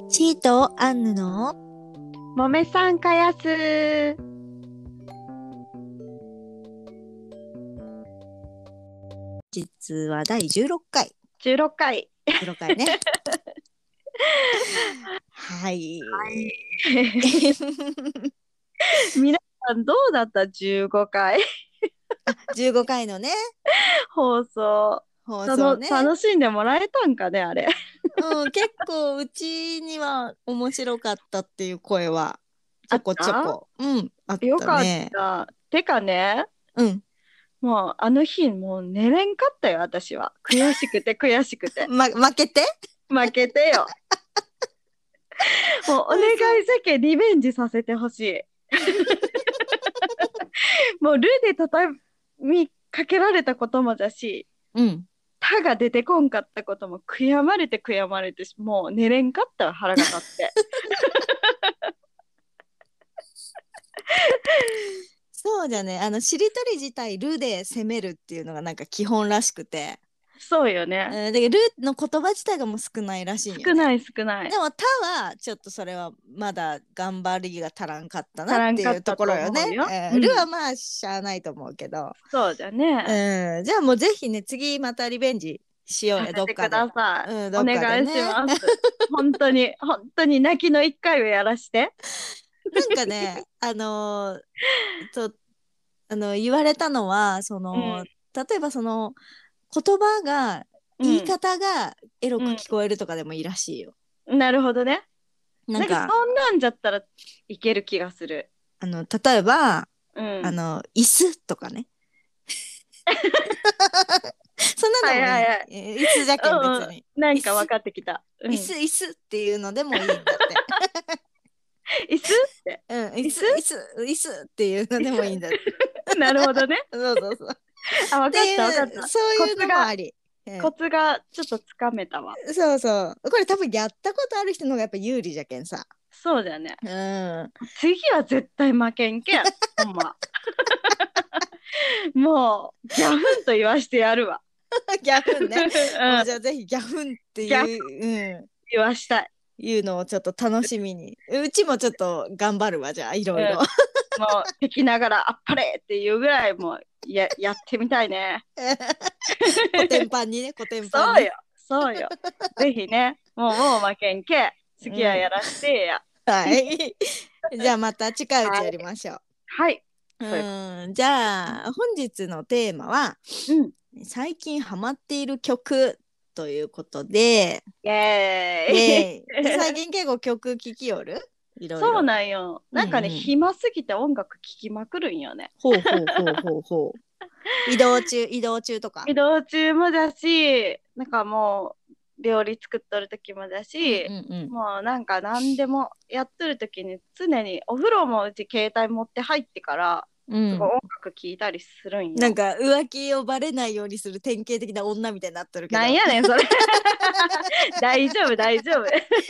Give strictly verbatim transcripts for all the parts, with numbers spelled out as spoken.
シートアンヌのもめさんかやす。 実はだいじゅうろっかいじゅうろっかいじゅうろっかいねはい、 はい、皆さんどうだった？じゅうごかいあじゅうごかいのね放送たの放送ね、 楽しんでもらえたんかね、あれ。 うん、結構うちには面白かったっていう声はちあっょこちょたこ、うん、あっよかったね。 た。てかね、 うんもうあの日もう寝れんかったよ、私は。悔しくて悔しくて。 ま、負けて負けてよ。もうお願いじゃけリベンジさせてほしい。もうルで畳みかけられたこともだし、 うん歯が出てこんかったことも悔やまれて悔やまれて、もう寝れんかったわ、腹が立って。 そうじゃね、あのしりとり自体ルで攻めるっていうのがなんか基本らしくて、 そうよね。 うん、でルの言葉自体がもう少ないらしいんよね。 少ない少ない。 でも「た」はちょっとそれはまだ頑張りが足らんかったな足らっていうとんかったところよね。 思うよ。 えールはうん。 まあしゃあないと思うけど、 そうだね。 うん、じゃあもうぜひね次またリベンジしようや、 させてくどっかで。 ださい。 うん、どおっかで願いしね。 ます。本当に、本当に泣きの一回をやらして。 なんかね、あのーとあの言われたのはそうん、 の例えばその言葉が言いうん、 方がエロくう聞こえるとかでもいいらしいよ。 ん。なるほどね。なんかなんかそんなんじゃったらいける気がする。 あの例えばうん。 あの椅子とかねそんなはいのもいい。 はいはい。 えー椅子じゃけん別うんに。 うん。なん椅子、 か分かってきた。う椅子、 ん。 椅子っていうのでもいいんだって。 椅子って。 うん、椅子、 椅子椅子、椅子っていうのでもいいんだって。 なるほどね。 そうそうそう。っあ、分てかった分かっいう、 た。 そういうコツが、 のもあり。うコツがちょっとつかめたわ。 ん、そうそう。これ多分やったことある人の方がやっぱ有利じゃけんさ。 そうだよね。 うん。 次は絶対負けんけん。ほんま。もう、ギャフンと言わしてやるわ。 ギャフンね。もうじゃあうん。 ぜひギャフンってギャフンいう、うん、 言わしたい。 いうのをちょっと楽しみに。うちもちょっと頑張るわ、じゃあ、いろいろ。 うん。もう、敵ながらあっぱれっていうぐらい、もうや、やってみたいね。 コテンパンにね、コテンパンに。 そうよ。そうよ。ぜひね。もう、もう負けんけ。 う次はやん。 らしてや。 はい。じゃあまた近いうちはい。 やりましょう。 はい。そういうこうん。じゃあ本日のテーマはと。うん。 最近ハマっている曲ということで、 イエイーイ。 エーイ。最近結構曲聴きよる？いろいそうろ。 なんよ。 うんなんかね、 うん。 暇すぎて音楽聴きまくるんよね。 ほうほうほうほうほう。移動中、移動中とか。 移動中もだし、なんかもう料理作っとる時もだうんし、 うんうん。 もうなんか何でもやっとる時に常にお風呂もうち携帯持って入ってからすごいうん。 音楽聴いたりするんよ。 なんか浮気をバレないようにする典型的な女みたいになってるけなんど。 やねんそれ。大丈夫大丈夫。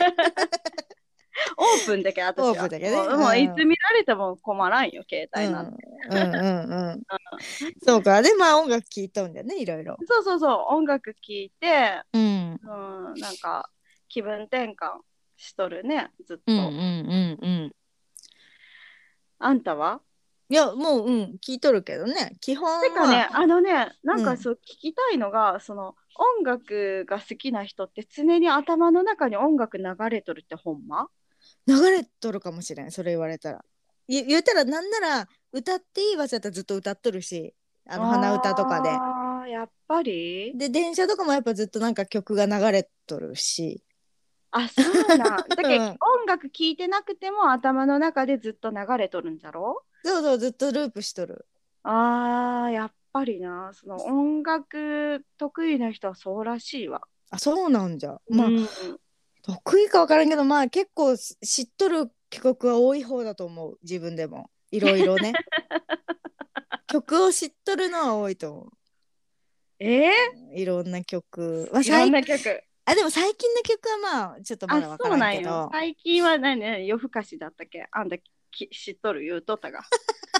オープンだけどオー私は。 プンだけどね。 もう、もういつ見られても困らんよ、携うん。うん帯なんて。 うんうんうん。そうか。で、まあ音楽聴いとんだよね、いろいろ。 そうそうそう、音楽聴いて、 うん。 うん、なんか気分転換しとるね、ずっうんうんと。 うんうん。 あんたは？ いや、もう、うん、聞いとるけどね。基本は、 てかね、あのね、なんうん、 かそう聞きたいのが、その音楽が好きな人って常に頭の中に音楽流れとるってほんま？ 流れとるかもしれん、それ言われたら。言言ったら、なんなら、歌っていい場所だったらずっと歌っとるし、あの、鼻歌とかで。 あー、やっぱり。 で、電車とかもやっぱずっとなんか曲が流れとるし。 あ、そうなん。だけどうん。 音楽聴いてなくても頭の中でずっと流れとるんじゃろ？ そうそう、ずっとループしとる。 あー、やっぱりな。その音楽得意な人はそうらしいわ。 あ、そうなんじゃ。まあ、 うん。 得意か分からんけど、まあ結構し知っとる曲は多い方だと思う、自分でも。いろいろね。曲を知っとるのは多いと思う。 えいろんな曲。 ー、 まあ、 いろん最な曲。 あ、でも最近の曲はまあちょっとまあ、 だわからそうなんよ。 んけど。 最近は何ね、夜更かしだったっけ？あんたき知っとる言うとったが。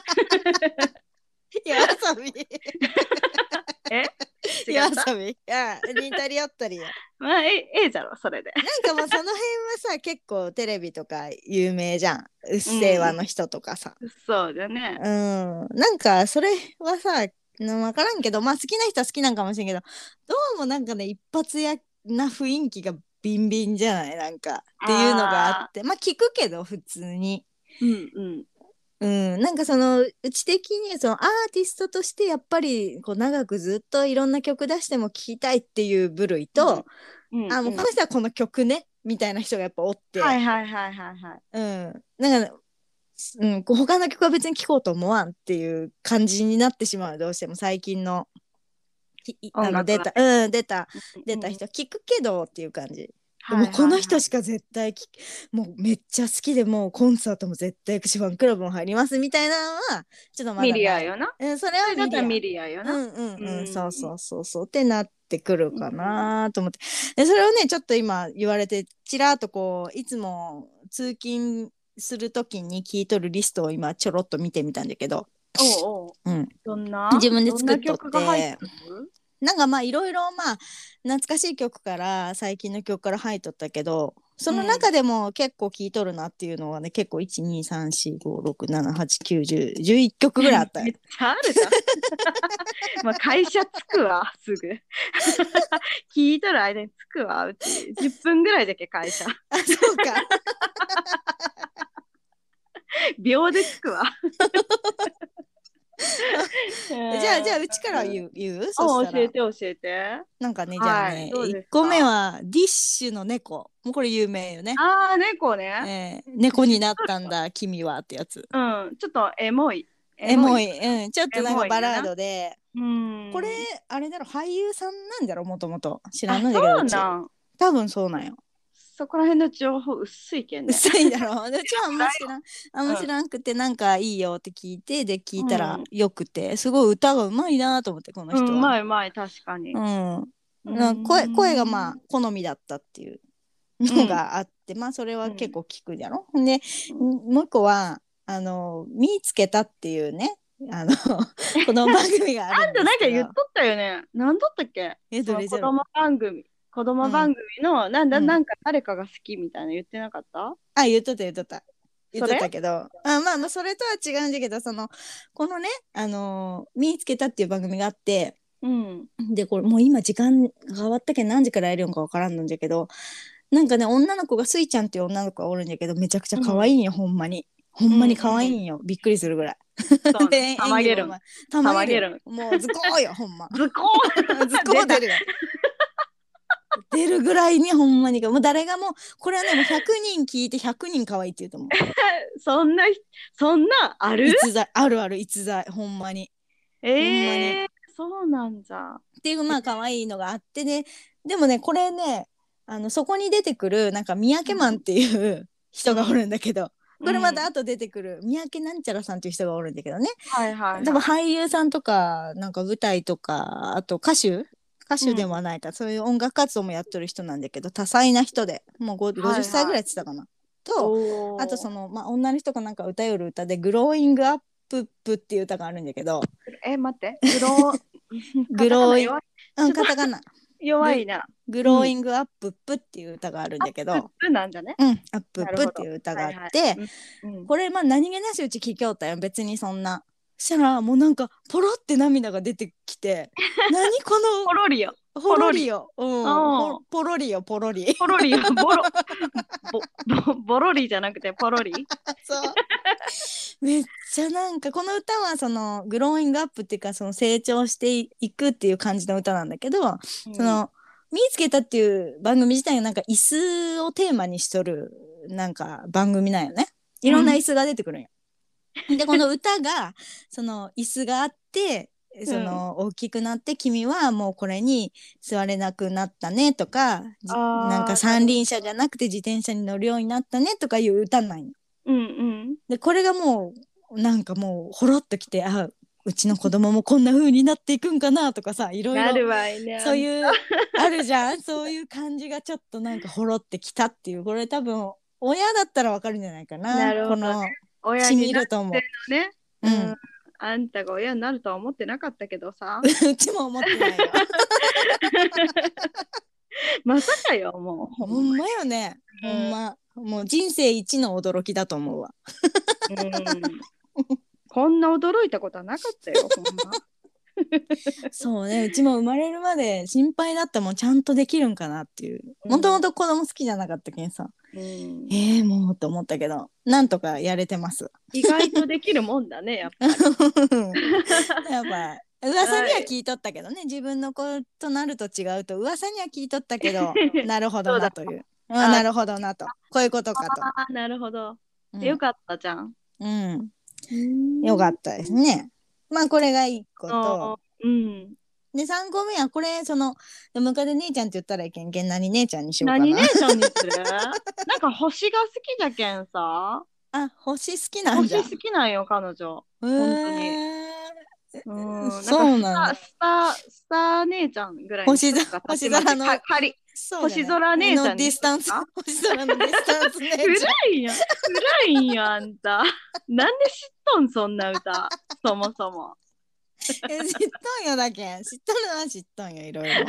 夜遊び。 え違夜った？ 遊び。いや、似たり寄ったりや。 まあえええじゃろそれで。 なんかもうその辺はさ結構テレビとか有名じゃん。うっせぇわの人とかさ。 そうだね。 うん、なんかそれはさ分からんけどまあ好きな人は好きなんかもしれんけどどうもなんかね一発やな雰囲気がビンビンじゃないなんかっていうのがああってまあ聞くけど普通に。 ーうんうんうん、なんかそのうち的にそのアーティストとしてやっぱりこう長くずっといろんな曲出しても聴きたいっていう部類と、 うんうん。 あもうこの人はこの曲ねみたいな人がやっぱおって、 はいはいはいはいはい。 うん、なんか、うん、こう他の曲は別に聴こうと思わんっていう感じになってしまうどうしても最近のきあ音楽はの出た、うん出た出たうんうん。 人聞くけどっていう感じ。でもはいこのはいはい。 人しか絶対きもうめっちゃ好きでもうコンサートも絶対行くしファンクラブも入りますみたいなのはちょっとまミだない。 リアよな。 うん、それそれだったらはミリア。 ミリアよな。 うんうんううんそうん。 そうそうそうってなってくるかうん。 なと思ってでそれをねちょっと今言われてちらっとこういつも通勤するときに聞いとるリストを今ちょろっと見てみたんだけど、 おうおう。 うん、 どんな自分でどんな作っとっ曲が入っててる？ なんかまあいろいろまあ懐かしい曲から最近の曲から入っとったけどそのうん。 中でも結構聴いとるなっていうのはね結構いちにさんしごろくななはちきゅうじゅうじゅういっきょくぐらいあったよ。 めっちゃあるじゃん。まあ会社着くわ、すぐ。聞いとる間に着くわ、うち。じゅっぷんぐらいだけ会社。 あそうか。 秒で着くわ。 じゃあじゃあうちからうん。 言う言うそしお、 たら教えて教えて。 なんかねじゃあはい、 ねどう 1個目ですか？ はディッシュの猫もうこれ有名よね。 ああー、猫ね。 えー猫知っになっとるわ。 たんだ君はってやつ。 うん、ちょっとエモい。エモい。 エモい、うん、ちょっとエなんかバラーモいよな。 ドでうこれん。 あれだろ俳優さんなんだろもともと知らんあ、そのだけどうちうなん。 多分そうなんよ。 そこら辺の情報薄いけんね。 薄いだろう。うちはあんま知らん、あんま知うん。 らんくて、なんかいいよって聞いて、で聞いたらうん。 よくて、すごい歌がうまいなと思って、このうん、う人は。 まいうまい、確かに。 うん。 うーな声、声がまあ、 ん。 好みだったっていううん。 のがあって、まあ、それはうん。 結構聞くじゃろ。で、 うん。 もう一個は、あの、見つけたっていうね、あの、この番組があるんあんたなんかですけど、 言っとったよね。なんだったっけ？ え、 そどれじゃろの子供番組。子う。うん、 供番組の、なんだ、 うん。 なんか誰かが好きみたいな言ってなかった？ あ、言っとった言っとった。言っとっそれ？ たけど、あまあまあ、それとは違うんだけど、その、このね、あのー見つけたっていう番組があって、 うん。 で、これもう今時間が変わったけん何時からやるのかわからんのんじゃけど、なんかね、女の子がスイちゃんっていう女の子がおるんだけど、めちゃくちゃうん。 可愛いんよ、ほんまに。ほんうん。 まに可愛いうん。 んよ。びっくりするぐらい。 そうで、 ね。たまげるん。 演技もうまい。たまげるよ。 たまげるん。 もう図工よ、ほんま。 図工。 図出た。 工出るよ。出るぐらいにほんまにもう誰がもうこれはねもうひゃくにん聞いてひゃくにん可愛いって言うと思う。 そんな、そんなある？ 逸材あるある逸材ほんまにほんまにええー、そうなんだ。 っていうまあ可愛いのがあってねでもねこれねあのそこに出てくるなんか三宅マンっていう人がおうん。 るんだけどうん。 これまた後出てくる三宅なんちゃらさんっていう人がおるんだけどねはいはい多分はい。 俳優さんとかなんか舞台とかあと歌手歌手でうん。 はないかそういう音楽活動もやってる人なんだけど多彩な人でもうご50 はい歳ぐらいはい。 って言ってたかなとあとおー。 その、まあ、女の人がなんか歌よる歌で「グローイングアップップ」っていう歌があるんだけどえ、待って。グロー、カグローインタカナ弱い。 うんちょっとカタカナグ弱いな。 グうん。 ローイングアップップっていう歌があるんアップッだけどプなんだね。 うんアップップってなるほど。 いう歌があっはいはい。 てうん。うん。 これまあ何気なしうち聞きおったよ別にそんなしたらもうなんかポロって涙が出てきて何こポロリよ。 のほポロリ。 ろりようんほうん。 ポロリよポロリポロリよ。ボロ、ボ、ボ、ボロリじゃなくてポロリ。 そうめっちゃなんかこの歌はそのグローイングアップっていうかその成長していくっていう感じの歌なんだけどうん。 その見つけたっていう番組自体がなんか椅子をテーマにしとるなんか番組なんよねいろんな椅子が出てくるんよでこの歌がその椅子があってそうん。 の大きくなって君はもうこれに座れなくなったねとかなんかあー、なるほど。 三輪車じゃなくて自転車に乗るようになったねとかいう歌なんようんうん。 でこれがもうなんかもうほろっときてあうちの子供もこんな風になっていくんかなとかさいろいろなるわいね、あんた。 そういうあるじゃんそういう感じがちょっとなんかほろってきたっていうこれ多分親だったらわかるんじゃないかななるほどね。 このしみ親になってると思のね。 う。ううん。 んあんたが親になるとは思ってなかったけどさ。 うちも思ってないよ。 まさかよ、もう。 ほんまよね、 うんほんまもう人生一の驚きだと思うわ。 うん、こんな驚いたことはなかったよ、ほんま。 そうね、うちも生まれるまで心配だったもん、ちゃんとできるんかなっていう。 うんもともと子供好きじゃなかったけんさ、 うん、 えー、もうと思ったけど、なんとかやれてます。 意外とできるもんだね、やっぱり。 やっぱ噂にははい聞いとったけどね、自分の子となると違うと噂には聞いとったけど、なるほどそうだ。 なという、うん、 あなるほどなと、こういうことかと。 あー、なるほど。 うんよかったじゃん。 うん、 うんよかったですね。まあこれがいっこあとーうん。 で、さんこめはこれ、そのムカデ姉ちゃんって言ったらいけんけん、何姉ちゃんにしようか何な。 姉ちゃんにするなんか星が好きじゃけんさ。 あ、星好きなんじゃ。 星好きなんよ、彼女。 へ本当に。 えうん。なんかそうなんだ。 スター、スター、スター姉ちゃんぐらいに星空、 しとくか、たちまち。 星空の、 か仮。 そうじゃない星空姉ちゃのんにしディスタンス、 とくか。 星空のディスタンス姉ちゃん。 暗いやん。暗いんよ、あんた。なんで知っとん、そんな歌。そもそも。 え、知っとんよだけん。知っとるのは知っとんよ、いろいろ。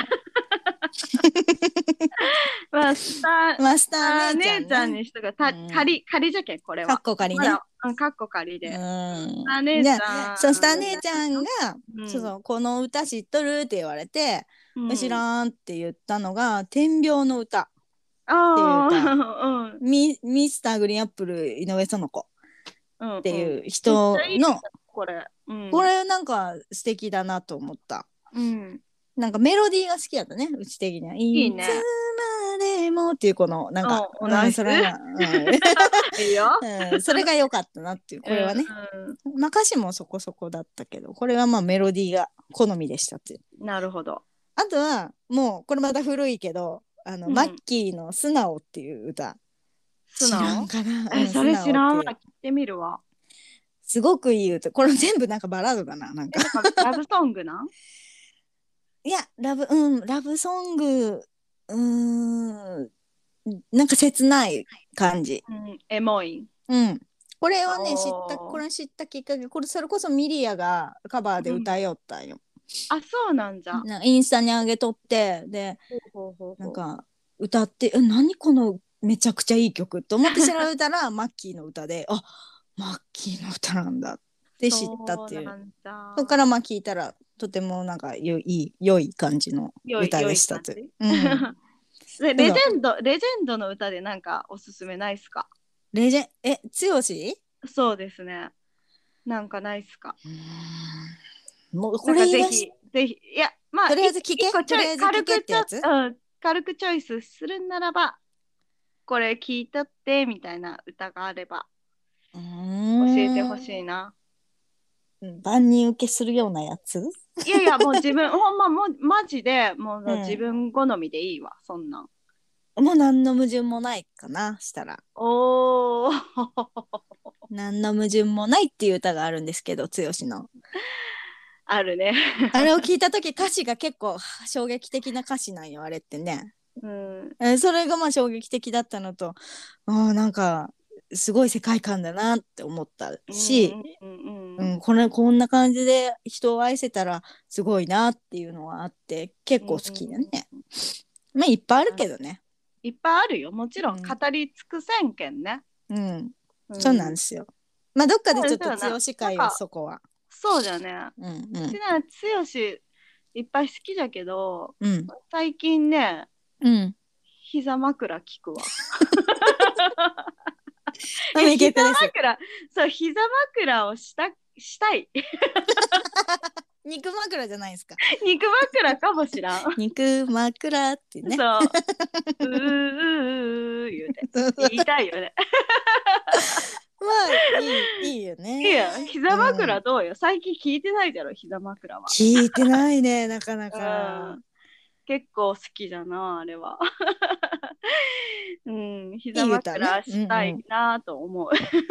まあ、スター、 マスタスターー姉ちゃん、ね、 姉ちゃんにしとくか、たうん仮、仮じゃけん、これは。 かっこ仮ね。 まだ、うん、かっこ仮で。 うん。 スター姉ちじゃゃん。 あ、そうした姉ちゃんが、 うんそうそう、この歌知っとるって言われて、 うん、 知らんって言ったのが、天秤の歌っていうあ歌。 あ、 ミ、ミスターグリーンアップル井上園子うん。 っていうめっ人ちゃいいの、 これ。うん。 これなんか素敵だなと思った。 うん。 なんかメロディーが好きだったね、うち的には。 いいね。 いつまでもっていうこの、なんか、 うん、 うん、 ナイス。 それが、 いいよ。 うん、うんそれが良かったなっていう、これはね。 うまあ歌詞もそこそこだったけど、これはまあメロディーが好みでしたっていう。 ん。なるほど。 あとは、もう、これまた古いけど、あの、 うんマッキーの素直っていう歌。 素知ら直んかな、うえ、 ん、 それ知らんわ。 素直っていう。 聞いてみるわ。 すごくいい歌。これ全部なんかバラードだな、なんえ、 か。 なんかラブソングなんいや、ラブ、うん、ラブソング、うーん、なんか切ない感じ。 うん、エモい。 うん。これをね、知った、 おーこれ知ったきっかけ、これそれこそミリアがカバーで歌いよったんよ。 あ、そうなんじゃ。 なインスタに上げとって、で、 ほうほうほうほうなんか歌って、え、何このめちゃくちゃいい曲と思って調べたら、マッキーの歌で、あ、マッキーの歌なんだって知ったっていう。 そうなんだ。 そこからまあ聞いたら、とてもなんか良い、良い感じの良い、 歌良いでしたと。 感じ。 うんでレジェンド、レジェンドの歌でなんかおすすめないっすか？ レジェン、え、剛しそうですね。なんかないっすか？ もうこなんかれ言い出しぜひ、ぜひ、いや、まあ、 とりあえず聞け一個ちょいとりあえず聞軽くちょ、 けってやつうん、軽くチョイスするならば、これ聞いとってみたいな歌があればう教ーんえてほしいな。 万人受けするようなやついやいや、もう自分、ほんま、もう、マジで、もううん自分好みでいいわ、そんなん。 もう何の矛盾もないかなしたらおー。 何の矛盾もないっていう歌があるんですけど剛のあるね。 あれを聞いた時歌詞が結構衝撃的な歌詞なんよあれってね、 うん、 えーそれがまあ衝撃的だったのとあーなんかすごい世界観だなって思ったし、 うんうんううんん、これこんな感じで人を愛せたらすごいなっていうのはあって結構好きだね、まあいっぱいあるけどね、 いっぱいあるよ。もちろんうん語り尽くせんけんね。 うんうんそうなんですよ。まあどっかでちょっとそうだな剛会よそこは。 そうじゃね。 うんううんちな剛いっぱい好きじゃけど、 うん最近ね、 うん。 膝枕聞くわ。 あいや膝名曲です。 枕、そう、膝枕をした、したい。 肉枕じゃないですか。 肉枕かもしらん。 肉枕ってね。 そう。うーうーうー言うて。言いたいよね。 まあいいいいよね。 いいやん、膝枕うんどうよ。最近聞いてないだろ、膝枕は。 聞いてないねなかなうかん。結構好きじゃな、あれは。うん、膝いい歌ね枕したいなと思う。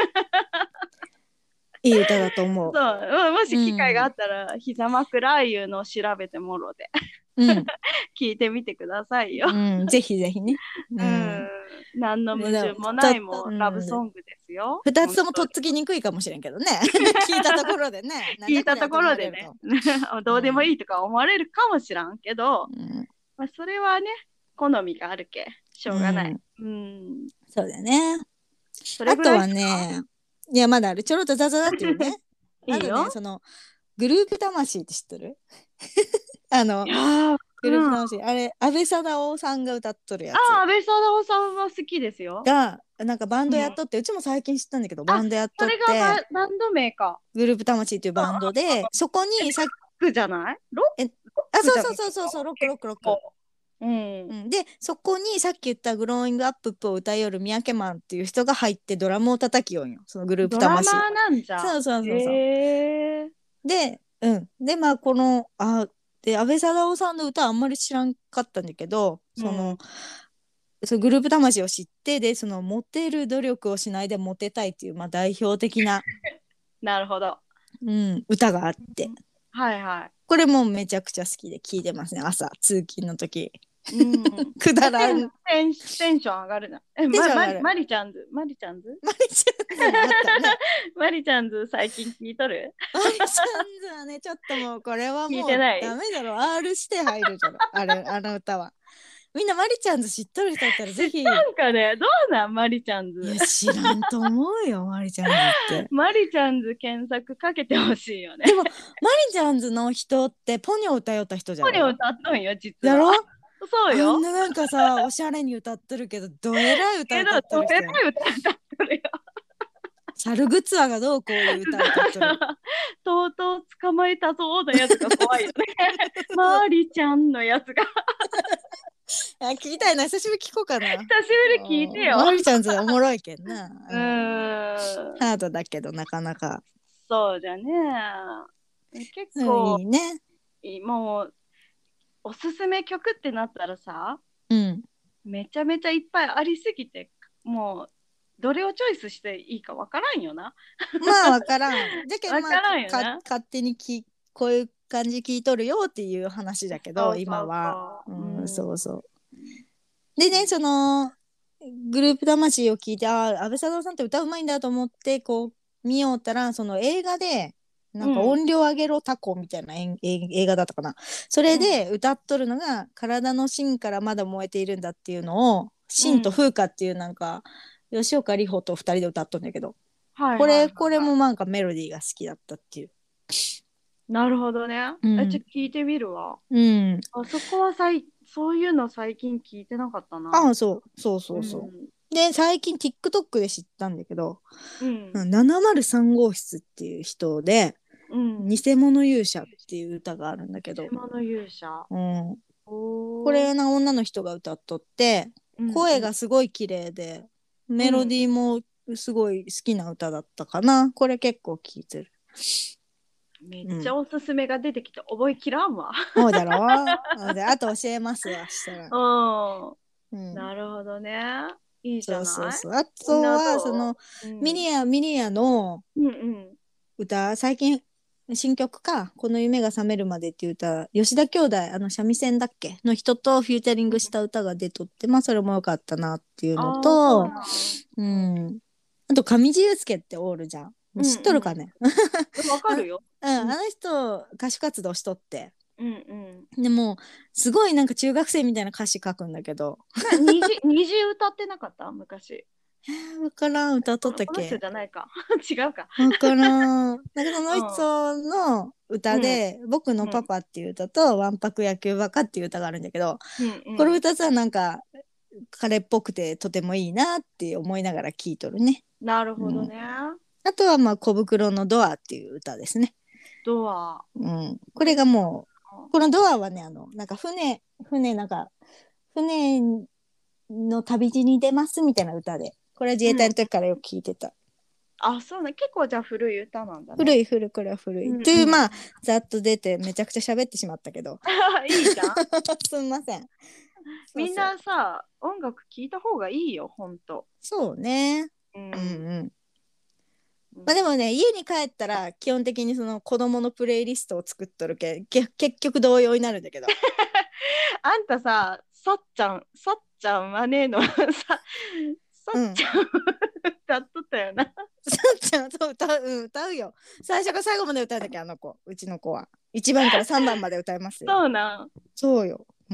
いい歌だと思そう、 う。 うんもし機会があったら、膝枕いうのを調べてもろでうん聞いてみてくださいよ。 うんぜひぜひね。ううんん、何の矛盾もないもうんん、ラブソングですよ。 二つともとっ本つきにくいかもしれんけどね。聞いたところでね。 当に聞いたところでね、どうでもいいとか思われるかもしらんけど、 うんまあ、それはね、 好みがあるけしょうがない。 うん、 うん。 そうだよね。 それあとはぐらいですか？ ね、いやまだある、ちょろっとザザザっていうね。あとね、 いいよ。 そのグループ魂って知ってる？あのいやー、わグルーからん。あプ魂、あれ安倍貞夫さんが歌っとるやあ、 つ安倍貞夫さんは好きですよ。 がなんかバンうん。 ドやっとって、うちも最近知ったんだけど、バあ、 ンドやっとっそれがバ、 て、 バンド名か。 グループ魂っていううんうんバンドで、そこえ、ロにさっックじゃないロえロッあ、そうそうクじゃなかったそうそうそう、ロックロ結ックロック。 構。うん。 うん、でそこにさっき言ったグローイングアップップを歌いよる三宅マンっていう人が入ってドラムを叩きよんよ、そのグループドラ魂。 マーなんじゃ。 そうそうそうそう。 へえ。 で、うん。で、まあ、この、あ、で、安倍貞夫さんの歌あんまり知らんかったんだけど、その、 うん。 そのグループ魂を知って、で、その、モテる努力をしないでモテたいっていう、まあ、代表的な、 なるほど。 うん、歌があって、 はいはい。 これもめちゃくちゃ好きで聴いてますね、朝、通勤の時。 うん。 くだえ、テン、 らん。 テン、テンション上がるな。え、ま、まり、 テンション上がる。 マリちゃんズ、マリちゃんズマリちゃんズもあったね。 マリちゃんズ最近聞いとる？ マリちゃんズはね、ちょっともう、これは聞いもうてない。 ダメだろ。R 指定入るじゃろ。あれ、あの歌は。みんなマリちゃんズ知っとる人だったら知っぜひ。 たんかね、どうなんマリちゃんズ。 いや、知らんと思うよ、マリちゃんズって。 マリちゃんズ検索かけてほしいよね。 でも、マリちゃんズの人ってポニョ歌よった人じゃろ？ 何を歌っとんよ、実は。 やろ？ そうよ。 あんななんかさ、おしゃれに歌ってるけど、どえらい歌けど、 歌っとどえらる人やん。 い歌歌っとるよ。 シャルグツアがどうこういう歌歌っとる。 とうとう捕まえたぞのやつが怖いよね。マリちゃんのやつが。 あ、聞きたいな、久しぶり聞こうかな。 久しぶり聞いてよ。 マリちゃんズおもろいけんな。 ううん、 ーん。 ハードだけど、なかなか。 そうじゃね。結うん、 構、 いいね。 もう、おすすめ曲ってなったらさ、 うん。 めちゃめちゃいっぱいありすぎて、もう、どれをチョイスしていいかわからんよな。 まあ、わからん。じゃけん、まあ、 わからんよか、 な。 勝手にき、こういう感じ聞いとるよっていう話だけど、 そうそう今は。 そう。 うん、 うん。 そうそう。でね、その、グループ魂を聞いて、ああ、安倍貞夫さんって歌うまいんだと思って、こう、見ようったら、その映画で、なんかうん。 音量上げろタコみたいなえんえん映画だったかな。それで歌っとるのが、体の芯からまだ燃えているんだっていうのを、芯と風花っていうなんか、吉岡里帆と二人で歌っとるんだけど、これ、 はいはいはいこれはい。 もなんかメロディーが好きだったっていう。 なるほどね。え、ちょうん。 っと聞いてみるわ。 うん。 あそこはさい、そういうの最近聞いてなかったな。 ああ、そう、そうそうそうん。 う。で、最近 TikTok で知ったんだけど、 うん。 ななまるさん号室っていう人で、 うん。 偽物勇者っていう歌があるんだけど、 偽物勇者。 うん、こおー。 れな女の人が歌っとって、 うんうん。 声がすごい綺麗で、メロうん。 ディーもすごい好きな歌だったかな。これ結構聴いてる。 めっうん。 ちゃおすすめが出てきて覚えきらんわ。 そうだろう。で、あと教えますわ、したら。 うん。 うん。 なるほどね。いいじそうゃない？ そうそう。あみんなとは、その、 どう？うん。 ミリア、ミリアのうんうん。 歌、最近、新曲か、この夢が覚めるまでっていう歌、吉田兄弟、あの三味線だっけの人とフューチャリングした歌が出とって、まあそれも良かったなっていうのああ、そうと、 なん。 ううん。 ん。あと上地雄介っておるじゃん。 うん知っとるうん。 かね？ わかあ、 るよ。 うん、あうん。 の人、歌手活動しとって。 うんうん。 でも、すごいなんか中学生みたいな歌詞書くんだけど、 な、虹、虹歌ってなかった昔。 えー、わからん、歌っとこの、この人ったっけ？ じゃないか。違うか。 わからん。なんかそのう人の歌ん。うん。 で、僕のうん。 パパっていう歌と、わんぱく野球バカっていう歌があるんだけど、 うんうこのん。 歌さ、なんか、彼っぽくてとてもいいなって思いながら聴いとるね。 なるほうん。 どね。 あとは、まあ、小袋のドアっていう歌ですね。 ドア。 うん。これがもう、このドアはね、あの、なんか船、船、なんか、船の旅路に出ますみたいな歌で、これは自衛うん。 隊の時からよく聞いてた。 あ、そうね。結構じゃあ古い歌なんだね。 古い古い、これは古い。 うんという、 うん。 まあ、ざっと出てめちゃくちゃ喋ってしまったけど。 いいじゃん。 すみません。そうみんそう。 なさ、音楽聴いた方がいいよ、ほんと。 そうね。うんううん。 ん。 うん、 まあでもね、家に帰ったら基本的にその子供のプレイリストを作っとるけ、け結局同様になるんだけど。 あんたさ、さっちゃん、さっちゃんはねえの、さ、さうん。 っちゃん歌っとったよな。 さっちゃんと歌う、うん、歌うよ。最初から最後まで歌うんだけど、あの子、うちの子は。いちばんからさんばんまで歌いますよ。 そうなん。 そうよ。もう。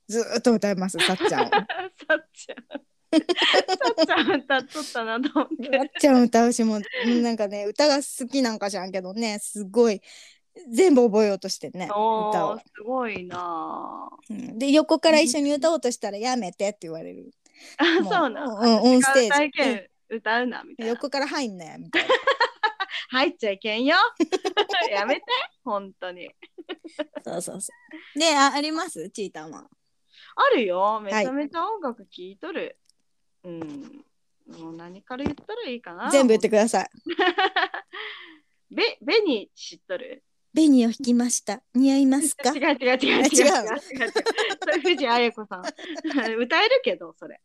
ずーっと歌いますさっちゃんを。 さっちゃん。さっちゃん歌っとったなと思っさってちゃん歌うしもうなんかね歌が好きなんかじゃんけどねすごい全部覚えようとしてね歌を、 おー、すごいな。 うん、で横から一緒に歌おうとしたらやめてって言われる。 あ、 もう、 そうなん。 うん、オンス私がテージ、 歌いけん、歌うな、みうん、 たいな。 横から入んなよみたいな。 入っちゃいけんよ。やめて、本当に。 そうそうそう。で、あ、ありますチータンは。 あるよ。めはいちゃめちゃ音楽聴いとる。うん。もう何から言ったらいいかな。 全部言ってください。 べ、ベニ知っとる？ 紅を引きました。似合いますか？ 違う違う違う違う違う違う違う違う。それ藤あや子さん。歌えるけど、それ。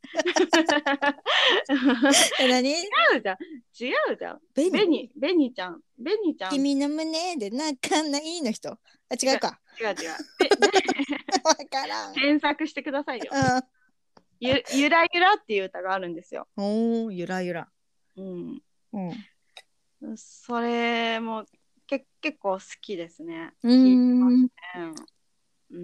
え、何？ 違うじゃん。違うじゃん。 紅ベニ、ベニちゃん。ベニちゃん。違う君の胸で泣かないの人。あ、違うか。 違う。でわからん。 検索してくださいよ。 うゆゆらゆらっていう歌があるんですよ。 ん。おー、ゆらゆら。 うん。 うん。 それもけ結構好きですね。 う聞いてまーん。 すね。うん。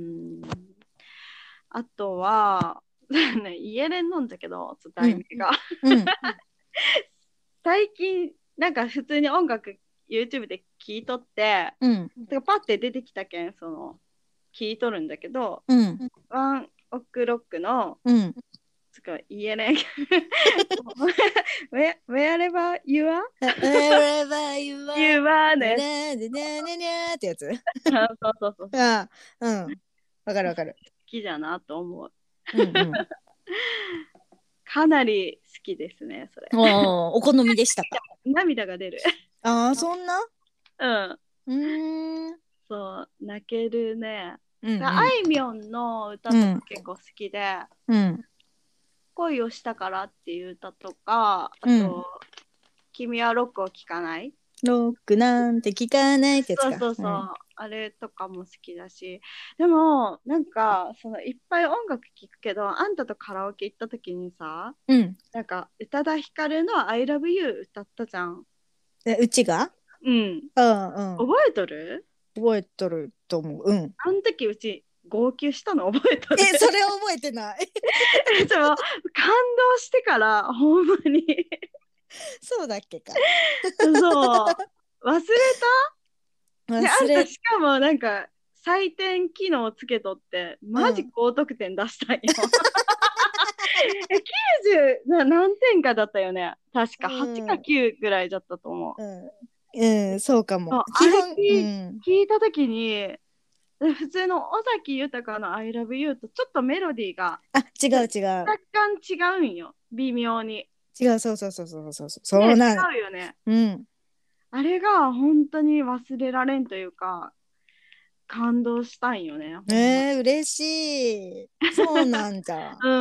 あとは、ね、イエレン飲んだけど、題名が。 うん。 最近、なんか普通に音楽 YouTube で聴いとって、 うん。 てかパッて出てきたけん、その、聴いとるんだけど、 うん。 ワンオクロックの、 うん。 つかイエレン、Wherever you are? Wherever you are. You are ね。 ねねねねってやつ。 あそうそうそう。好ああ、うん。わかるわかる。 きだなと思う。 うんうん。 かなり好きですね、それ。 おお、お好みでしたか。 涙が出る。 ああ、そんな。 うん。 うーん。 そう、泣けるね。 うんうん。 あいみょんの歌とか結構好きで、 うん。 恋をしたからっていう歌とか、あと、 うん君はロックを聴かないロックなんて聞かないってやつか。 そうそうそう、 うん、 あれとかも好きだし、でもなんかそのいっぱい音楽聴くけど、あんたとカラオケ行った時にさ、 うん。 なんか宇多田ヒカルの I love you 歌ったじゃん。 え、うちが。 うん。 うんうん。 覚えとる？ 覚えとると思う。うん。 あの時うち号泣したの覚えとる？ え、それ覚えてない。 でも感動してからほんまにそうだっけか。 そう忘れた。で、あ忘れ。 んたしかもなんか採点機能つけとってマジ高得点出したんよ。え、きゅうじゅうな何点かだったよね。確かはちかきゅうぐらいだったと思う。 うん、うん、そうかも。 そう基本、 あれ聞,、 うん、 聞いた時に普通の尾崎豊の I love you とちょっとメロディーがあ、違う違う。 若干違うんよ。微妙に。 違う、そうそうそうそうそうそう。そね、 うなの。 違うよね。 うん。 あれが本当に忘れられんというか、感動したんよね。ほんまえー、嬉しい。そうなんだ。 うん。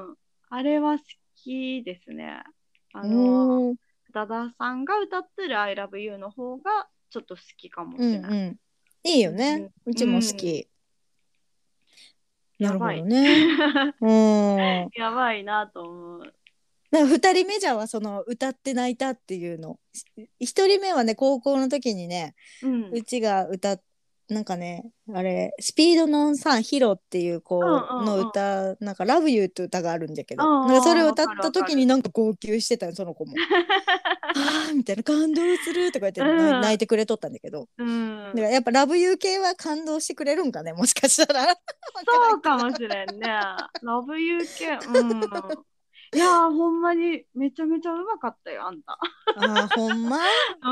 あれは好きですね。あうの、 ーん。 宇多田さんが歌ってる I love you の方がちょっと好きかもうんしれない。 うん。いいよね。 うんうちも好き。なるほやばい。 どね。うん。 やばいなと思う。 なんかふたりめじゃはその歌って泣いたっていうの。ひとりめはね高校の時にねうん。 うちが歌っなんかねあれスピードのさヒロっていううんう子のんうん。 歌なんか「ラブユー」って歌があるんだけうんどなんかそれをうん、わかる歌ったわかる。 時になんか号泣してたよその子も。はあみたいな感動するとか言ってう泣いん。 泣いてくれとったんだけどうん。 だからやっぱ「ラブユー」系は感動してくれるんかねもしかしたら。わからそうんけど。 かもしれんね。ラブユー系。うん。いやー、ほんまにめちゃめちゃうまかったよ、あんた。 あーほんまうん。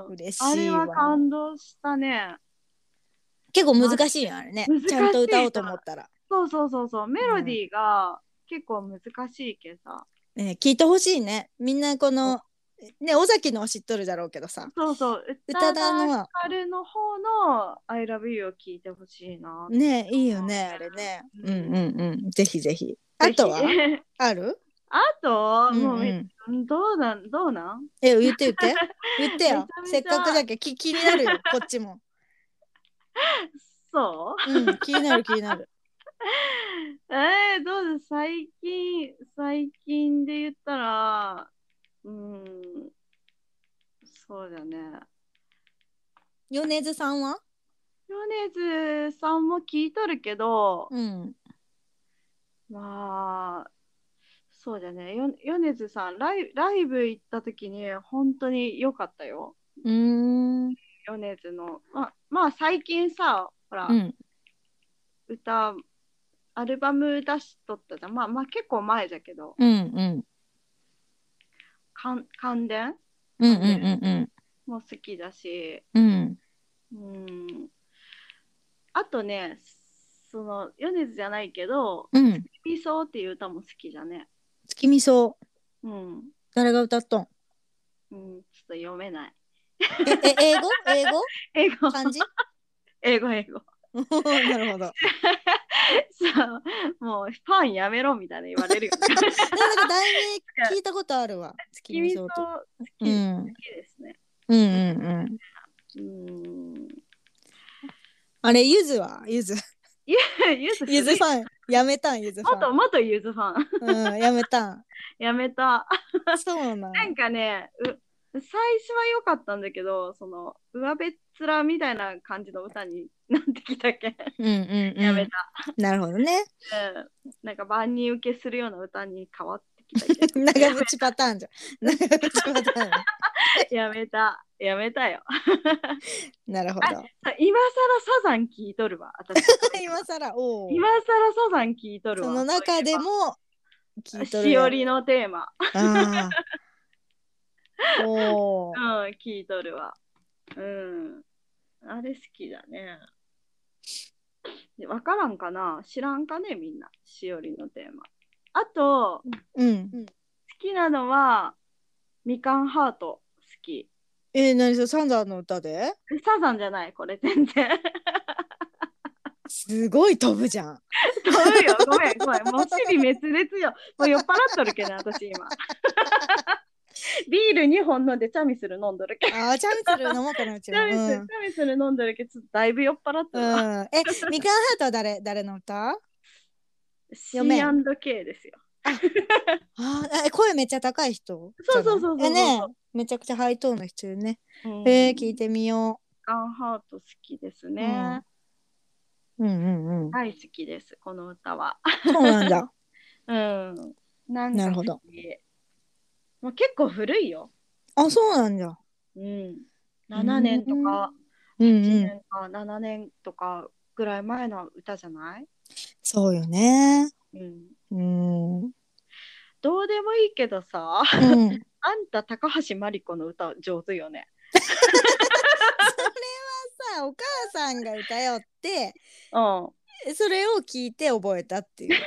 嬉あれはしいわ。 感動したね。 結構ま、 難しいよあれね難しちゃんと歌おうといな。 思ったら。 そうそうそうそう。メロデうんィーが結構難しいけさ。 ね、聞いてほしいねみんなこのね尾崎のは知っとるだろうけどさそうそう。宇宇多多田ヒ田のはカルの方の I love you を聞いてほしいな。 ねいいよねあれね。 ううんんうんうんぜひぜひ。あぜひ。 とはある？ あと、 うんもうめ、 うんどうなん、どうなんえ言って言って言ってめちゃよせっめちゃ、 かくじゃけ気気になるよこっちも。 そううん気になる気になる。 えー、どうです最近、最近で言ったら、うーん、そうだね。 米津さんは？ 米津さんも聞いとるけど、 うんまあ、そうだね。よ米津さん、ライ、ライブ行った時に本当に良かったよ。 うーん。 米津の。まあ、まあ最近さ、ほら、 うん。 歌、アルバム出しとったじゃん。まあまあ結構前だけど、 うんうん。 かん感電うんうん感電うんうん。 も好きだし、 うん。 うん。あとね、その、米津じゃないけど、 うん。 月見草っていう歌も好きだね。 月見草。 うん。 誰が歌っとん？ うん、ちょっと読めない。 え、え、英語英語英語、 漢字？ 英語、英語。 なるほど。 そう、もうファンやめろみたいな言われるよね。 でもなんか題名聞いたことあるわ。月見君と草と。 好うき、好ん。 きですね。 うんうんうん。 うん。 あれ、ゆずはゆず。 ゆゆず古い。 ゆずファン。やめたん、ゆずファン。 元、元ゆずファン。 うん、やめたん。 やめた。 そうななんん。 かね、う最初は良かったんだけど、その上辺っ面みたいな感じの歌になってきたけん、 うんうんやめた。 うん。なるほどね。 うん、なんか万人受けするような歌に変わってきたけど、 長やめ渕パターンじゃん。長渕パターン。 やめた。やめたよ。 なるほあ、 ど。 今更サザン聞いとるわ、私。 今更、おお。 今更サザン聞いとるそわ、 の中でも聞いとるや。 しおりのテーマ。 ああ。おお。 うん、聞いとるわ。うん。あれ好きだね。でわからんかな、知らんかねみんな。しおりのテーマ。あと、好うん。 きなのは、みかんハート好き。 えー、何それ、サンダーの歌で？ サザンじゃない、これ全然。 すごい飛ぶじゃん。 飛ぶよ、ごめん、ごめん。もう尻滅裂よ。もう酔っ払っとるけど、私今。ビールにほん飲んでチャミスル飲んどるけど。 ああ、チャミスル飲もうかな、うちも。 チャミスル、チャミスル飲んどるけど、ちょっとだいぶ酔っ払ってうん。 るわ。 うん。え、みかんハートは誰、誰の歌？ シ読めん。 ーケー ですよ。 あ、あー、え、声めっちゃ高い人じそうゃない？えそうそうそうね、 そめちゃくちゃハイトーンの人よね。 う。うえー、 ん。 聞いてみよガンハート好きですう。うん。 ね。 うんうんうん。 大好きです、この歌は。 そうなんだ。 うん。なんか好なるほど。 き。もう結構古いよ。 あ、そうなんだ。 うん。 うーななねんとん。 か8 うんうん。 年かななねんとかぐらい前の歌じゃない？ そうよね。 うん。 うーん。 どうでもいいけどさ、 うん。 あんた高橋真梨子の歌上手よね。 それはさ、お母さんが歌よって、 うん。 それを聞いて覚えたっていう。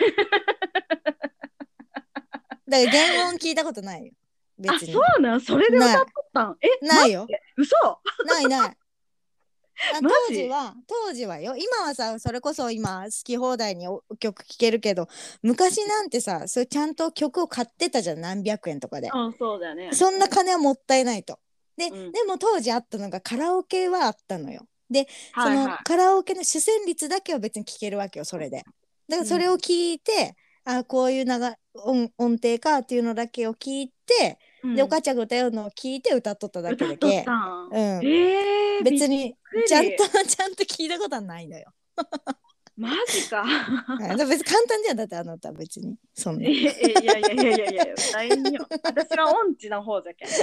だから原音聞いたことないよ。 あ、 別に。 そうなん、それで歌っない。 とったん？え、 ないよ。 待って、嘘？ ないない。あ、 マ当時ジ？ は、当時はよ。今はさ、それこそ今好き放題にお曲聴けるけど、昔なんてさ、それちゃんと曲を買ってたじゃん、何百円とかで。 うん、そうだね。 そんな金はもったいないと。で、 うん。 でも当時あったのがカラオケはあったのよ。で、そはいはのカラオケの主旋律だけは別に聴けるわけよ、それで。だからい。うん。 それを聞いて、あ、こういう長音、音程かっていうのだけを聞いて、で、おうん。 母ちゃんが歌うのを聞いて歌っとっただけ歌っとっだけ、 たん？ うん、 えー、びっ別にくり。 ちゃんとちゃんと聞いたことはないのよ。 マジか。 はい、だから別に簡単じゃん、だってあの歌別にそんな。 いやいやいやいやいやいや、歌えんよ。私は音痴な方じゃけん。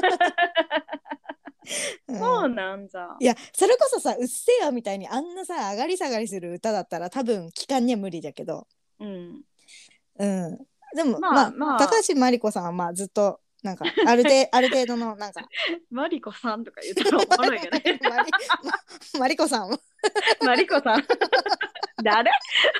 うんそうなんじゃ。 いやそれこそさ「うっせぇよ」みたいにあんなさ上がり下がりする歌だったら多分期間には無理だけど、 うん。 うん、でもまあまあ高まあ、 橋真梨子さんはまあずっとなんかある程ある程度のなんかマリコさんとか言ったらおもろいよね。 マリまマリコさんはマリコさん。誰？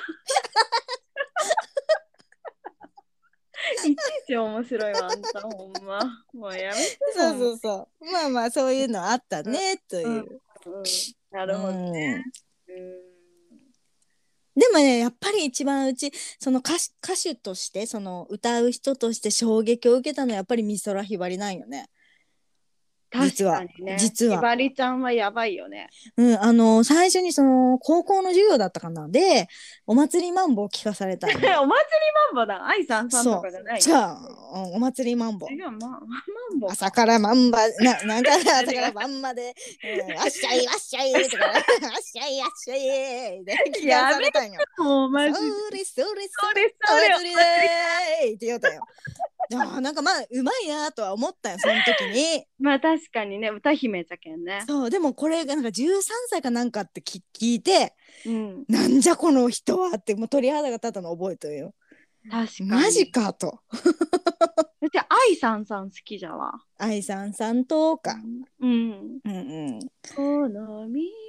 いちいち面白いわ、あんた、ほんま。もうやめてそうほんま。 そうそうまあまあそういうのあったねとうんうんいう、 うん、なうるほどね。 ん、 うんでもねやっぱり一番うちその歌手、歌手としてその歌う人として衝撃を受けたのはやっぱり美空ひばりなんよね。 実は確かにね。 実はひばりちゃんはやばいよね。 うん、あの最初にその高校の授業だったかなでお祭りマンボを聞かされたんよ。 お祭りマンボだ。愛さんさんとそうかじゃないよ。 じゃあうんお祭りマンボ違う、ま、マンボか。 朝からマンバななんか朝か違うら晩まで、うん、あっしゃいあっしゃいとかあっしゃいあっしゃいで聞かされたんよ。 もうマそジで。 れそれそそれれそれお祭りでーって言うたよ。いやなんかまあうまいなとは思ったよその時に。 まあ確かにね、歌姫じゃけんね。 そうでもこれがなんかじゅうさんさいかなんかって聞聞いてうん。 なんじゃこの人はってもう鳥肌が立ったの覚えてるよ。 確かに。 マジかと。 だって愛さんさん好きじゃわ。 愛さんさんとか。 うん。 うんうん。 好みに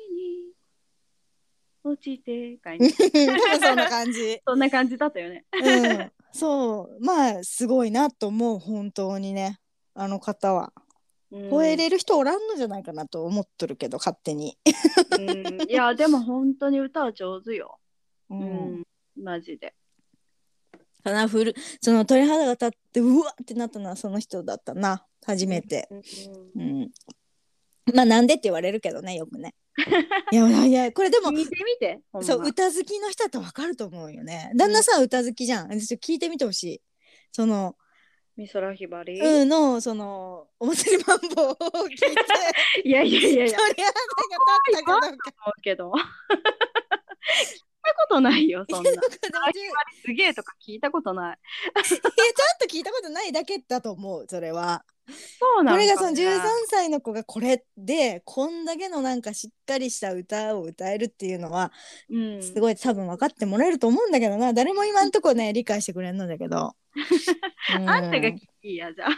落ちてかいね。 多分そんな感じ。 そんな感じだったよね。 うん。そうまあすごいなと思う本当にねあの方は。 うん超えれる人おらんのじゃないかなと思っとるけど勝手に。 うん、いや、でも本当に歌は上手よ。 ううんん、マジで。 かなふるその鳥肌が立ってうわってなったのはその人だったな初めて。 うんうんまあなんでって言われるけどねよくね。いやいやこれでも聞いてみて、ほんま。 そう歌好きの人だと分かると思うよね。旦那さん歌好きじゃん。ちょっと聞いてみてほしい。その美空ひばり、 うんのそのお祭りマンボウを聞いていやいやいやいや、 鳥肌が立ったかどうか。 思うけど。聞いたことないよ、そんな。 でもじゅすげえとか聞いたことない。 いやちゃんと聞いたことないだけだと思うそれは。 そうなんか、ね、 これがそのじゅうさんさいの子がこれでこんだけのなんかしっかりした歌を歌えるっていうのはうん、 すごい多分分かってもらえると思うんだけどな誰も今んとこね理解してくれんのだけど、 あんたが聞きやじゃあ。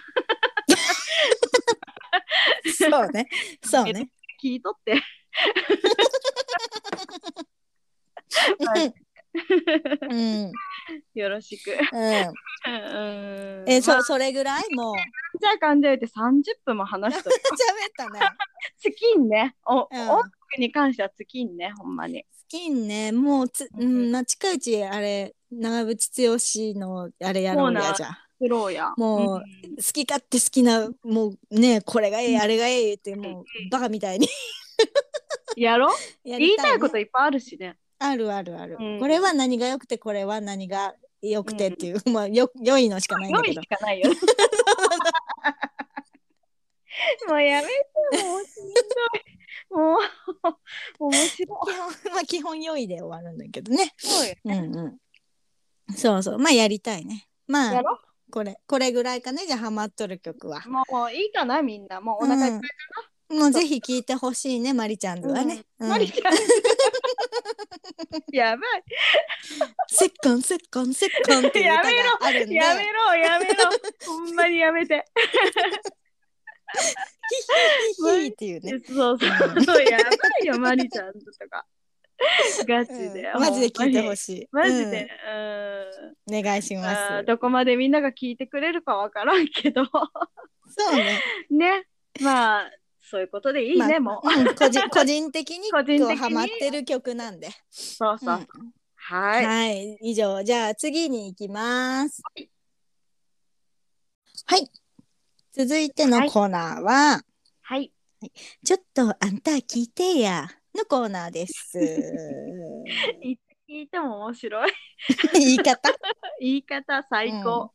そうねそうね聞いとって。 うん、 よろしく。 うん、 うんえそまあ、 それぐらいもうじゃあ感じでさんじゅっぷんも話しとる。 喋ったね。 尽きんね。お、 うん音楽に関しては尽きんね、ほんまに。 スキンねもうつ、 ううんんまあ、近いうちあれ長渕剛のあれやろうやじゃスローや。 もう、 うん好き勝手好きなもうねこれがいいあれがいいってもうバカみたいにやろや言いたいりたいね。 こといっぱいあるしね。 あるあるある、 うんこれは何が良くてこれは何が良くてっていう、まあよ良いのしかないんだ良いけどしかないよ。もうやめて、もうしんどい。もう、面白い。 基本まあ基本良いで終わるんだけどね。 そうよ。 うんうんそうそうまあやりたいね。まあやろこれこれぐらいかねじゃあハマっとる曲は。 もういいかな、みんな。もうお腹いっぱいうん、もうぜひ聞いてほしいねマリちゃんズはね。うんマリちゃん。やばい。 せっかんせっかんせっかんっていう歌があるんでやめろ、やめろ。ほんまにやめて。 ヒヒヒヒっていうね。 そうそうそう、やばいよ、マリちゃんとか。ガチで、 うんマジで聞いてほしい。 マジで、 うん、お願いしうんます。 どこまでみんなが聞いてくれるかわからんけど。 そうね。 ね。まあ、そういうことでいいね、 まあもう。 うん個人個人的に個人的にこうハマってる曲なんで。 そうそう。 うんはい。 はい、以上じゃあ次に行きます。はい。続いてのコーナーは、 はい。 ちょっとあんた聞いてやのコーナーです。 いつ聞いても面白い。 言い方言い方最高。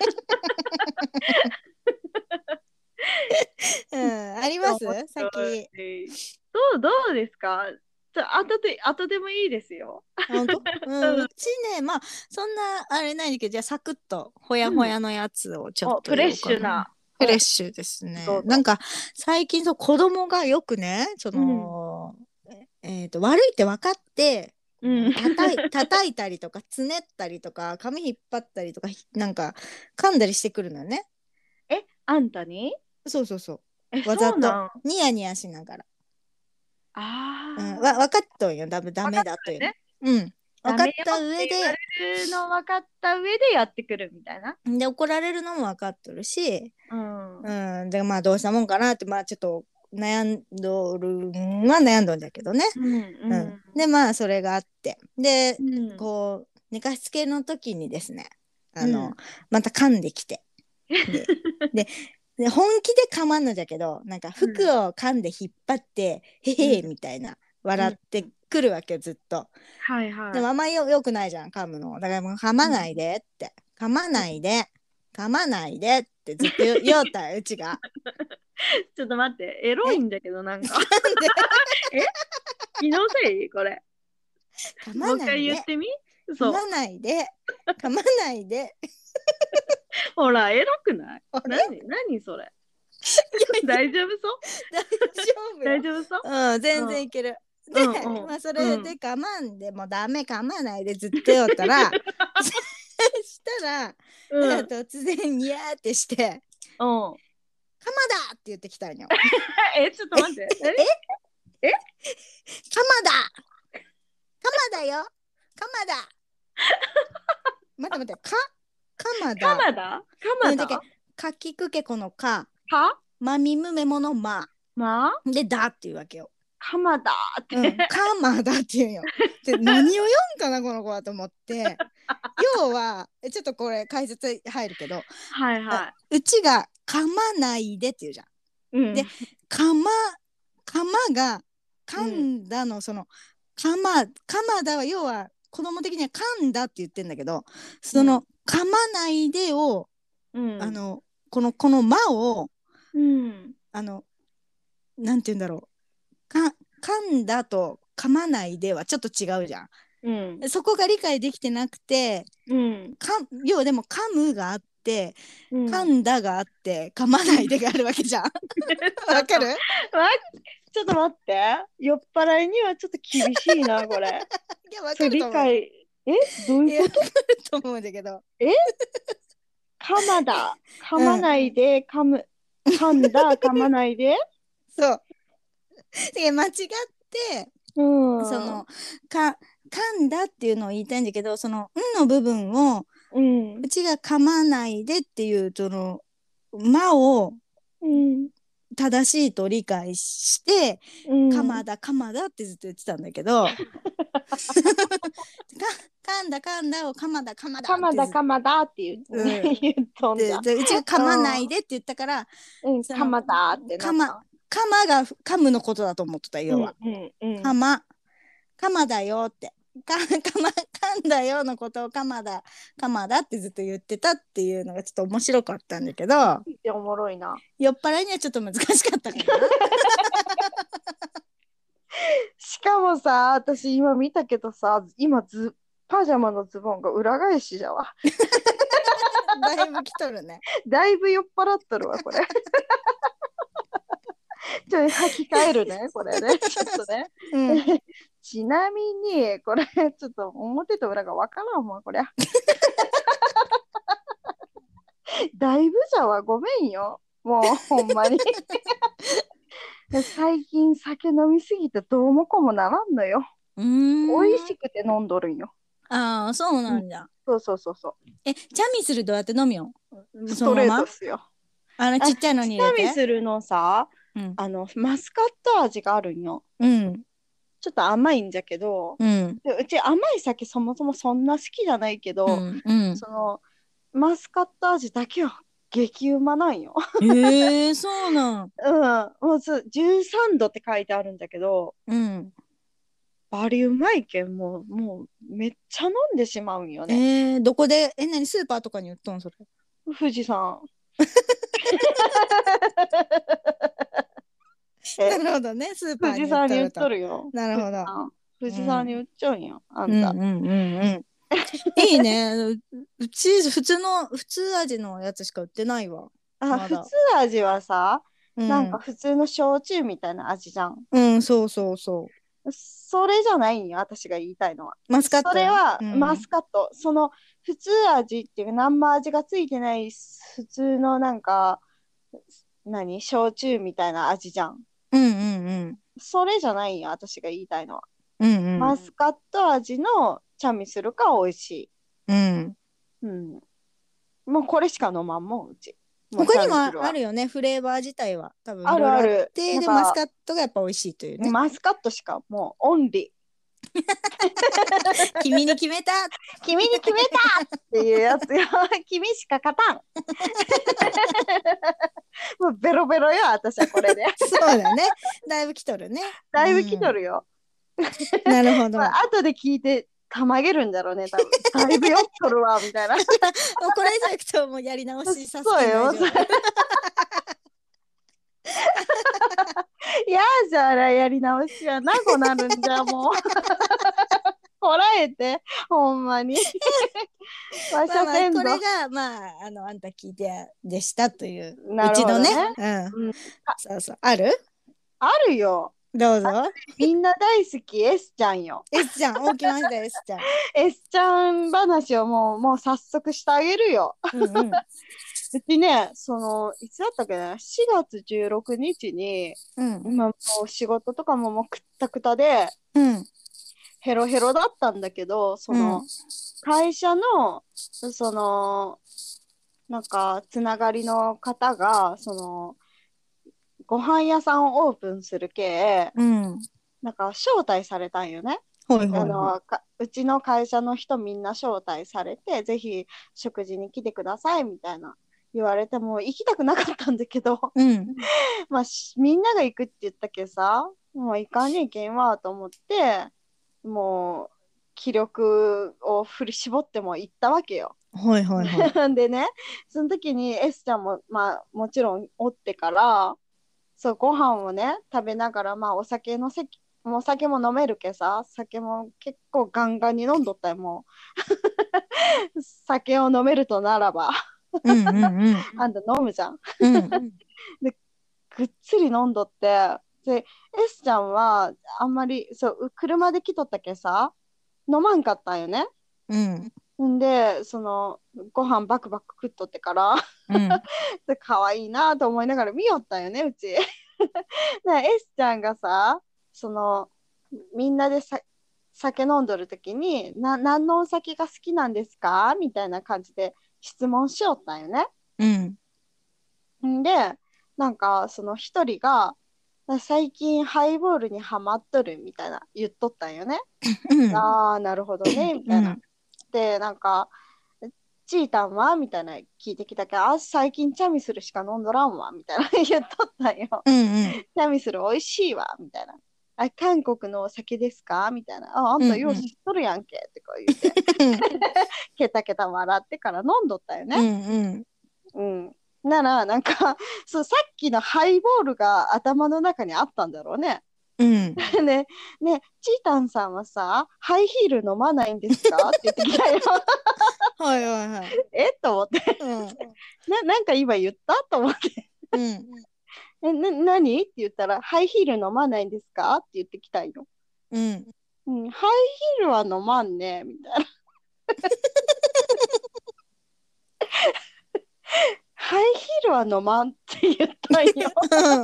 うん、うん、ありますさっき。 どうどうですかちょ後で後でもいいですよ。 本当、うん、うちねまあそんなあれないんだけどじゃあサクッとほやほやのやつをちょっとフレッシュな。 フレッシュですね。なんか最近そう子供がよくねその、うん、えーと悪いって分かってうん、 叩い叩いたりとかつねったりとか髪引っ張ったりとかなんか噛んだりしてくるのよね。 えあんたにそうそうそうえわざとそうなんニヤニヤしながらあ、 うん、わ分かっとんよダメダメだという、ね、うん分かった上での分かった上でやってくるみたいなで怒られるのも分かっとるし、 うんうん、でまあどうしたもんかなってまあちょっと悩んどるんは悩んどんだけどね、 うんうんうん、でまあそれがあってで、 うん、 こう寝かしつけの時にですねあの、 うん、 また噛んできてででで本気で噛まんのじゃけど、なんか服を噛んで引っ張って、うん、へへみたいな笑ってくるわけよずっと。 はいはい。 でもあんまり よ, よくないじゃん噛むの。だからもう噛まないでって、うん、噛まないで噛まないでってずっと言おうたうちが。 ちょっと待って、エロいんだけどなんか。え気のせいこれ。 噛まないで。もう一回言ってみ。 そう。噛まないで。噛まないで。 ほら、エロくない？何何それ大丈夫そう大丈夫大丈夫そううん、全然いける。うん、で、うんうん、まあ、それで我慢でもダメ噛まないでずっとよったらそしたら、うん、なんか突然ニヤーってして「うん、鎌だ!」って言ってきたんよ。 え、ちょっと待って。ええ鎌だ鎌だよ鎌だ待って待って、か鎌だ鎌だ鎌だかきくけこのかかまみむめものままでだっていうわけよ。 鎌だって、うん、 鎌だって言うんよ。で何を読んかなこの子はと思って要はちょっとこれ解説入るけど、 はいはい、 うちが噛まないでって言うじゃん。うん、で噛ま噛まが噛んだの、うん、その噛ま噛まだは要は子供的には噛んだって言ってんだけど、その、うん、噛まないでを、うん、あのこのこの間を、うん、あのなんて言うんだろう、か噛んだと噛まないではちょっと違うじゃん、うん、そこが理解できてなくて、うん、か要はでも噛むがあって、うん、噛んだがあって噛まないでがあるわけじゃんわかる？ ちょっと待って、酔っ払いにはちょっと厳しいなこれ。 いや、わかると思う。理解、 えどういうこと？ わかると思うんだけど。え噛まだ噛まないで、噛む、噛んだ噛まないでそう。で間違って、うん、そのか噛んだっていうのを言いたいんだけど、その「ん」の部分を、うん、うちが噛まないでっていうその「間」を、うん正しいと理解して、うん、鎌だ鎌だってずっと言ってたんだけど噛んだ噛んだを鎌だ鎌だ鎌だ鎌だって言う、うん、言っとんだ。 でうちが噛まないでって言ったから、 うん、鎌だってなった。 鎌が噛むのことだと思ってた要は。うんうんうん、鎌鎌だよってかかま噛んだよのことを鎌だ鎌だってずっと言ってたっていうのがちょっと面白かったんだけど、 おもろいな。 酔っ払いにはちょっと難しかったかなしかもさ、私今見たけどさ、今ズパジャマのズボンが裏返しじゃわだいぶ来とるね。 だいぶ酔っ払っとるわこれちょっと履き替えるねこれねちょっとね、うん、ちなみにこれちょっと表と裏がわからんわこりゃだいぶじゃわ、ごめんよもうほんまに最近酒飲みすぎてどうもこうもならんのよ。うーん、美味しくて飲んどるんよ。 ああ、そうなんだ、 うん、そうそうそうそう。 え、チャミスルどうやって飲みよ？ ストレートっすよ。 あのちっちゃいのに入れて。 チャミスルのさ、うん、あのマスカット味があるんよ。うん。ちょっと甘いんじゃけど、うん、でうち甘い酒そもそもそんな好きじゃないけど、うんうん、そのマスカット味だけは激うまなんよ。 へえー、そうなん。 うん、もうじゅうさんどって書いてあるんだけど、うん、バリうまいけんもうもうめっちゃ飲んでしまうんよね。 えー、どこでえ何スーパーとかに売っとんそれ？ 富士山。 なるほどね、スーパーに売っとると。富士山に売っとるよ。 なるほど。 富士山に売っちゃうんよ、うん、あんた。うんうんうんうんいいね。うち普通の普通味のやつしか売ってないわ。 あ、ま、普通味はさ、うん、なんか普通の焼酎みたいな味じゃん。 うん、そうそうそう。 それじゃないんよ、私が言いたいのは。 マスカット。 それは、うん、マスカット。その普通味っていうか何も味がついてない普通のなんか何焼酎みたいな味じゃん。うんうんうん。それじゃないんよ、私が言いたいのは。うんうん、マスカット味のチャミスルが美味しい。うん。うん。もうこれしか飲まんもん、うち。 他にもあるよね、フレーバー自体は。多分あるある。 で、でマスカットがやっぱ美味しいというね。 マスカットしかもうオンリー。 君に決めた君に決めたっていうやつよ。君しか勝たん。 もうベロベロよ、私はこれで。 そうだね。だいぶ来とるね。 だいぶ来とるよ。 うん、なるほど。 まあ、後で聞いてたまげるんだろうね、多分。だいぶ酔っとるわ、みたいな。 もうこれ以上いくともうやり直しさせてそうよ。 大丈夫。 いやじゃあやり直しはなくなるんじゃもう。こらえて、ほんまに。わしまあまあゃせんぞ。 これがまああのあんた聞いてでしたというなるほどね。 うちのね、うん、 うん、 そうそうあるあるよ。 どうぞ。 みんな大好き S ちゃんよ。 S ちゃん、おきました S ちゃん。 S ちゃん話をもう、もう早速してあげるよ。 うんうん。 うちね、その、いつだったっけな、しがつじゅうろくにちに、 うん。 今もう仕事とかももうくったくたで、 うん。 ヘロヘロだったんだけど、その、会社の、その、なんか、つながりの方が、その、ご飯屋さんをオープンする系、 うん。 なんか招待されたんよね。 はいはいはあのかうちの会社の人みんな招待されて、ぜひ食事に来てくださいみたいな言われても行きたくなかったんだけど、 い。うん。 まあみんなが行くって言ったけどさ、もう行かねえけんわと思って、もう気力を振り絞っても行ったわけよ。 はいはいはい。 でね、その時に S ちゃんもまあもちろんおってから、そうご飯をね食べながら、まあお酒の席もうお酒も飲めるけさ、酒も結構ガンガンに飲んどったよ。もう酒を飲めるとならばうんうんうん。 あんた飲むじゃん。 うん。 でぐっつり飲んどって、で S ちゃんはあんまりそう車で来とったけさ飲まんかったんよね。 うん。 んでそのご飯バクバク食っとってからうん。 で可愛いなと思いながら見よったんよね、うち。で S ちゃんがさ、そのみんなでさ酒飲んどる時にな何のお酒が好きなんですかみたいな感じで質問しよったんよね。 うん。 んでなんかその一人が最近ハイボールにハマっとるみたいな言っとったんよね。 うん。 ああなるほどねみたいな。でなんかチータンはみたいな聞いてきたけど、あ、最近チャミスルしか飲んどらんわみたいな言っとったんよ。 うんうん。 チャミスル美味しいわみたいな。あ、韓国のお酒ですかみたいな。あ、あんたよう知っとるやんけってこう言って、ケタケタ笑ってから飲んどったようね。 んうん。なら、なんか、そう、さっきのハイボールが頭の中にあったんだろうね。 うん。 ね、ね、チータンさんはさ、ハイヒール飲まないんですかって言ってきたよ。 はいはいはい。 えと思って。 うん。 な、なんか今言ったと思って。 うん。 え、な、何って言ったら、ハイヒール飲まないんですかって言ってきたんよ。 うん。 うん、ハイヒールは飲まんね、みたいな。ハイヒールは飲まんって言ったんよ。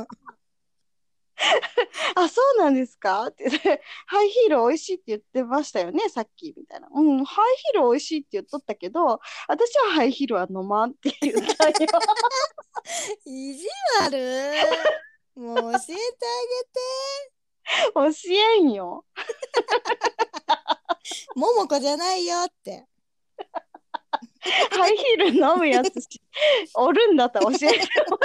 あ、そうなんですかって言って、ハイヒール美味しいって言ってましたよね、さっき、みたいな。うん、ハイヒール美味しいって言っとったけど、私はハイヒールは飲まんって言ったんよ。 意地悪。もう教えて教えんよ。 あげて。ももこじゃないよって。 ハイヒール飲むやつおるんだったら教えてほし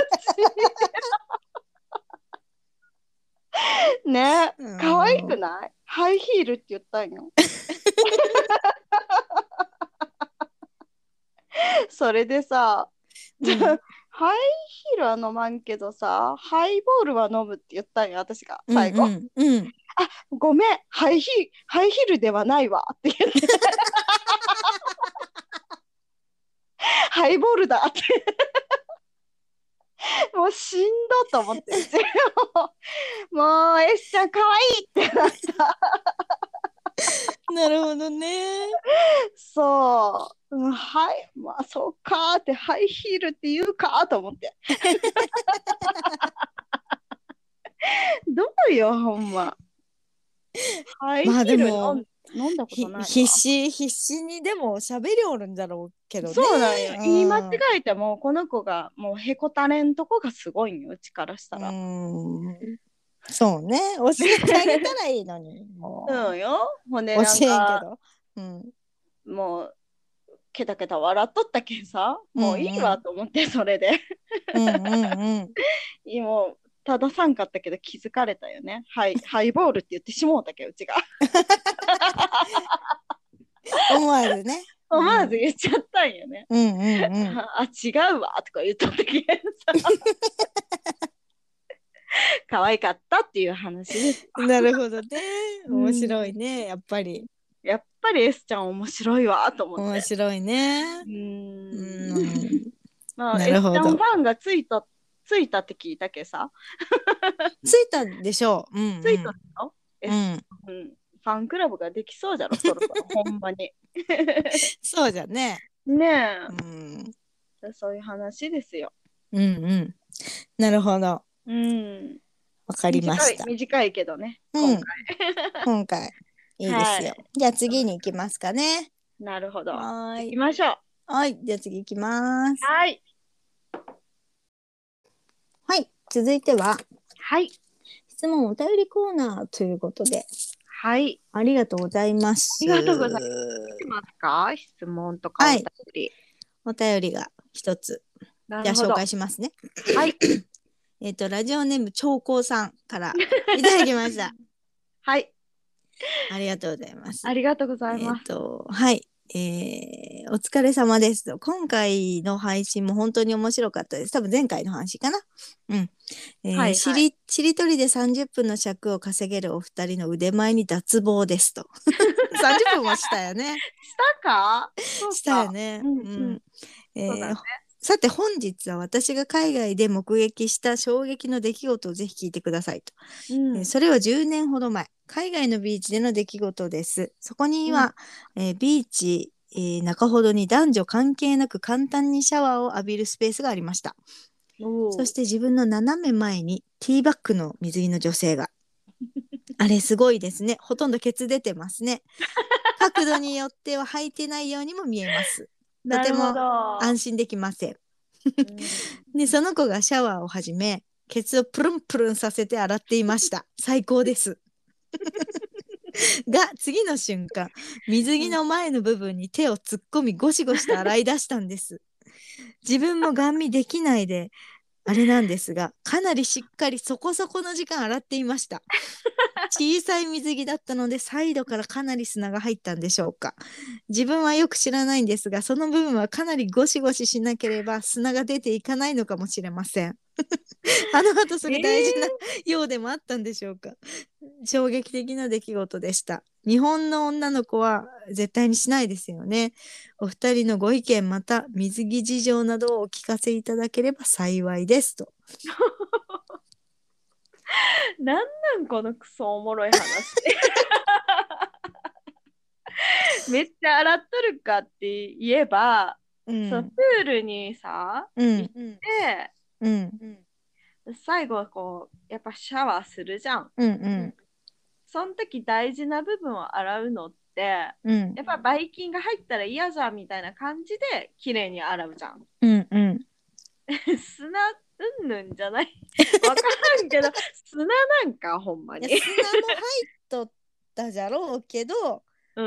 い。ね、可愛くないハイヒールって言ったんよ。それでさ、じゃあ、うん、ハイヒールは飲まんけどさ、ハイボールは飲むって言ったんよ、私が最後。うんうんうん、あ、ごめん、ハイヒ、ハイヒールではないわって言って。ハイボールだって。もうしんどと思って。もう、S ちゃんかわいいってなった。 なるほどね。 そう。うん、はい、まあそうかって、ハイヒールって言うかと思って。どうよ、ほんま。ハイヒール飲ん飲んだことないわ。 必死必死にでも喋りおるんだろうけどね。 そうなんよ。言い間違えてもこの子がもうへこたれんとこがすごいんよ、うちからしたら。 うんそうね、教えてあげたらいいのに。もうそうよ。ほんで教なんかえんけど、 うん、もうケタケタ笑っとったけんさ、もういいわと思って、それで。 うんうんうんいいもう、正さんかったけど気づかれたよね。ハイ、ハイボールって言ってしもうたけど、うちが。 思わずね。 思わず言っちゃったんよね。 うんうんうん。 あ、違うわとか言った時さ。可愛かったっていう話です。 なるほどね。面白いうんね、やっぱり。 やっぱり S ちゃん面白いわと思って。 面白いね。 うーうんん。 まあ、 な S るほど。 ちゃんファンがついた、ついたって聞いたけさ。 ついたでしょう。うんうん。 ついたの、 う S ん。 うん、ファンクラブができそうじゃろ、そろそろ、ほんまに。 そうじゃね。 ねうん。 え、そういう話ですよ。 うんうん。なるほど。 うん。 わかりま短い、 した。 短いけどね、 うん。 今回。 今回、いいですよ。 はい。 じゃあ次に行きますかね。 なるほど。行きはーい。 ましょう。 はい。じゃあ次行きます。 はい。 はい。続いては、 はい。 質問お便りコーナーということで、 はい。 ありがとうございまあす。 りがとうございます。来てますか、質問とかお便はい。 り。 お便りが一つ。じゃあ紹なるほど。 介しますね。 はい。 えっと、ラジオネーム長江さんからいただきました。 はい。 ありがとうございます。 ありがとうございえっます。 と、はい。えー、お疲れ様ですと。今回の配信も本当に面白かったです。多分前回の話かな。うん。えーはいはいしり、しりとりでさんじゅっぷんの尺を稼げるお二人の腕前に脱帽ですと。さんじゅっぷんもしたよね。 したかそうか。 したよね。 うんううんん。 えーそうだね。 さて本日は私が海外で目撃した衝撃の出来事をぜひ聞いてくださいと。 うん。 えーそれはじゅうねんほど前、海外のビーチでの出来事です。そこには、えービーチ、えー中ほどに男女関係なく簡単にシャワーを浴びるスペースがありました。 おーそして自分の斜め前にティーバッグの水着の女性が。あれすごいですね。ほとんどケツ出てますね。角度によっては履いてないようにも見えます。となるほてもど。 安心できません。 うんで、その子がシャワーを始め、ケツをプルンプルンさせて洗っていました。最高です。が、次の瞬間、水着の前の部分に手を突っ込みゴシゴシと洗い出したんです。自分もガン見できないで、あれなんですが、かなりしっかりそこそこの時間洗っていました。小さい水着だったので、サイドからかなり砂が入ったんでしょうか。自分はよく知らないんですが、その部分はかなりゴシゴシしなければ砂が出ていかないのかもしれません。あの後それ大事なようでもあったんでしょうか。衝撃的な出来事でした。日本の女の子は絶対にしないですよね。お二人のご意見また水着事情などをお聞かせいただければ幸いですと。 なんなんこのクソおもろい話。めっちゃ洗っとるかって言えば、 うんそうプールにさ、 うん行って、 うん最後はこう、やっぱシャワーするじゃん。 うんうんその時大事な部分を洗うのって、 うんやっぱばい菌が入ったら嫌じゃんみたいな感じで綺麗に洗うじゃん。 うんうん砂うんぬんじゃないわからんけど、砂なんかほんまに。 いや砂も入っとったじゃろうけど、 うん。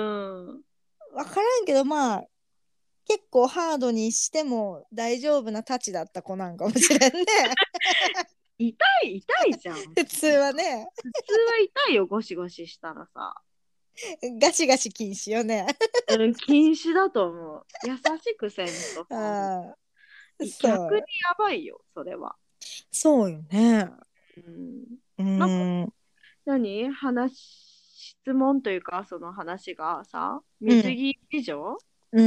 わからんけどまあ結構ハードにしても大丈夫なたちだった子なんかもしれんね。 痛い痛いじゃん。 普通はね、 普通は痛いよ、ゴシゴシしたらさ。 ガシガシ禁止よね。 うん、禁止だと思う。優しくせんとさ。 ああ、そ逆にやう。 ばいよ、それは。 そうよね。 うん、 うなんかん。 何話、質問というか、その話がさ、水着事情、 うん。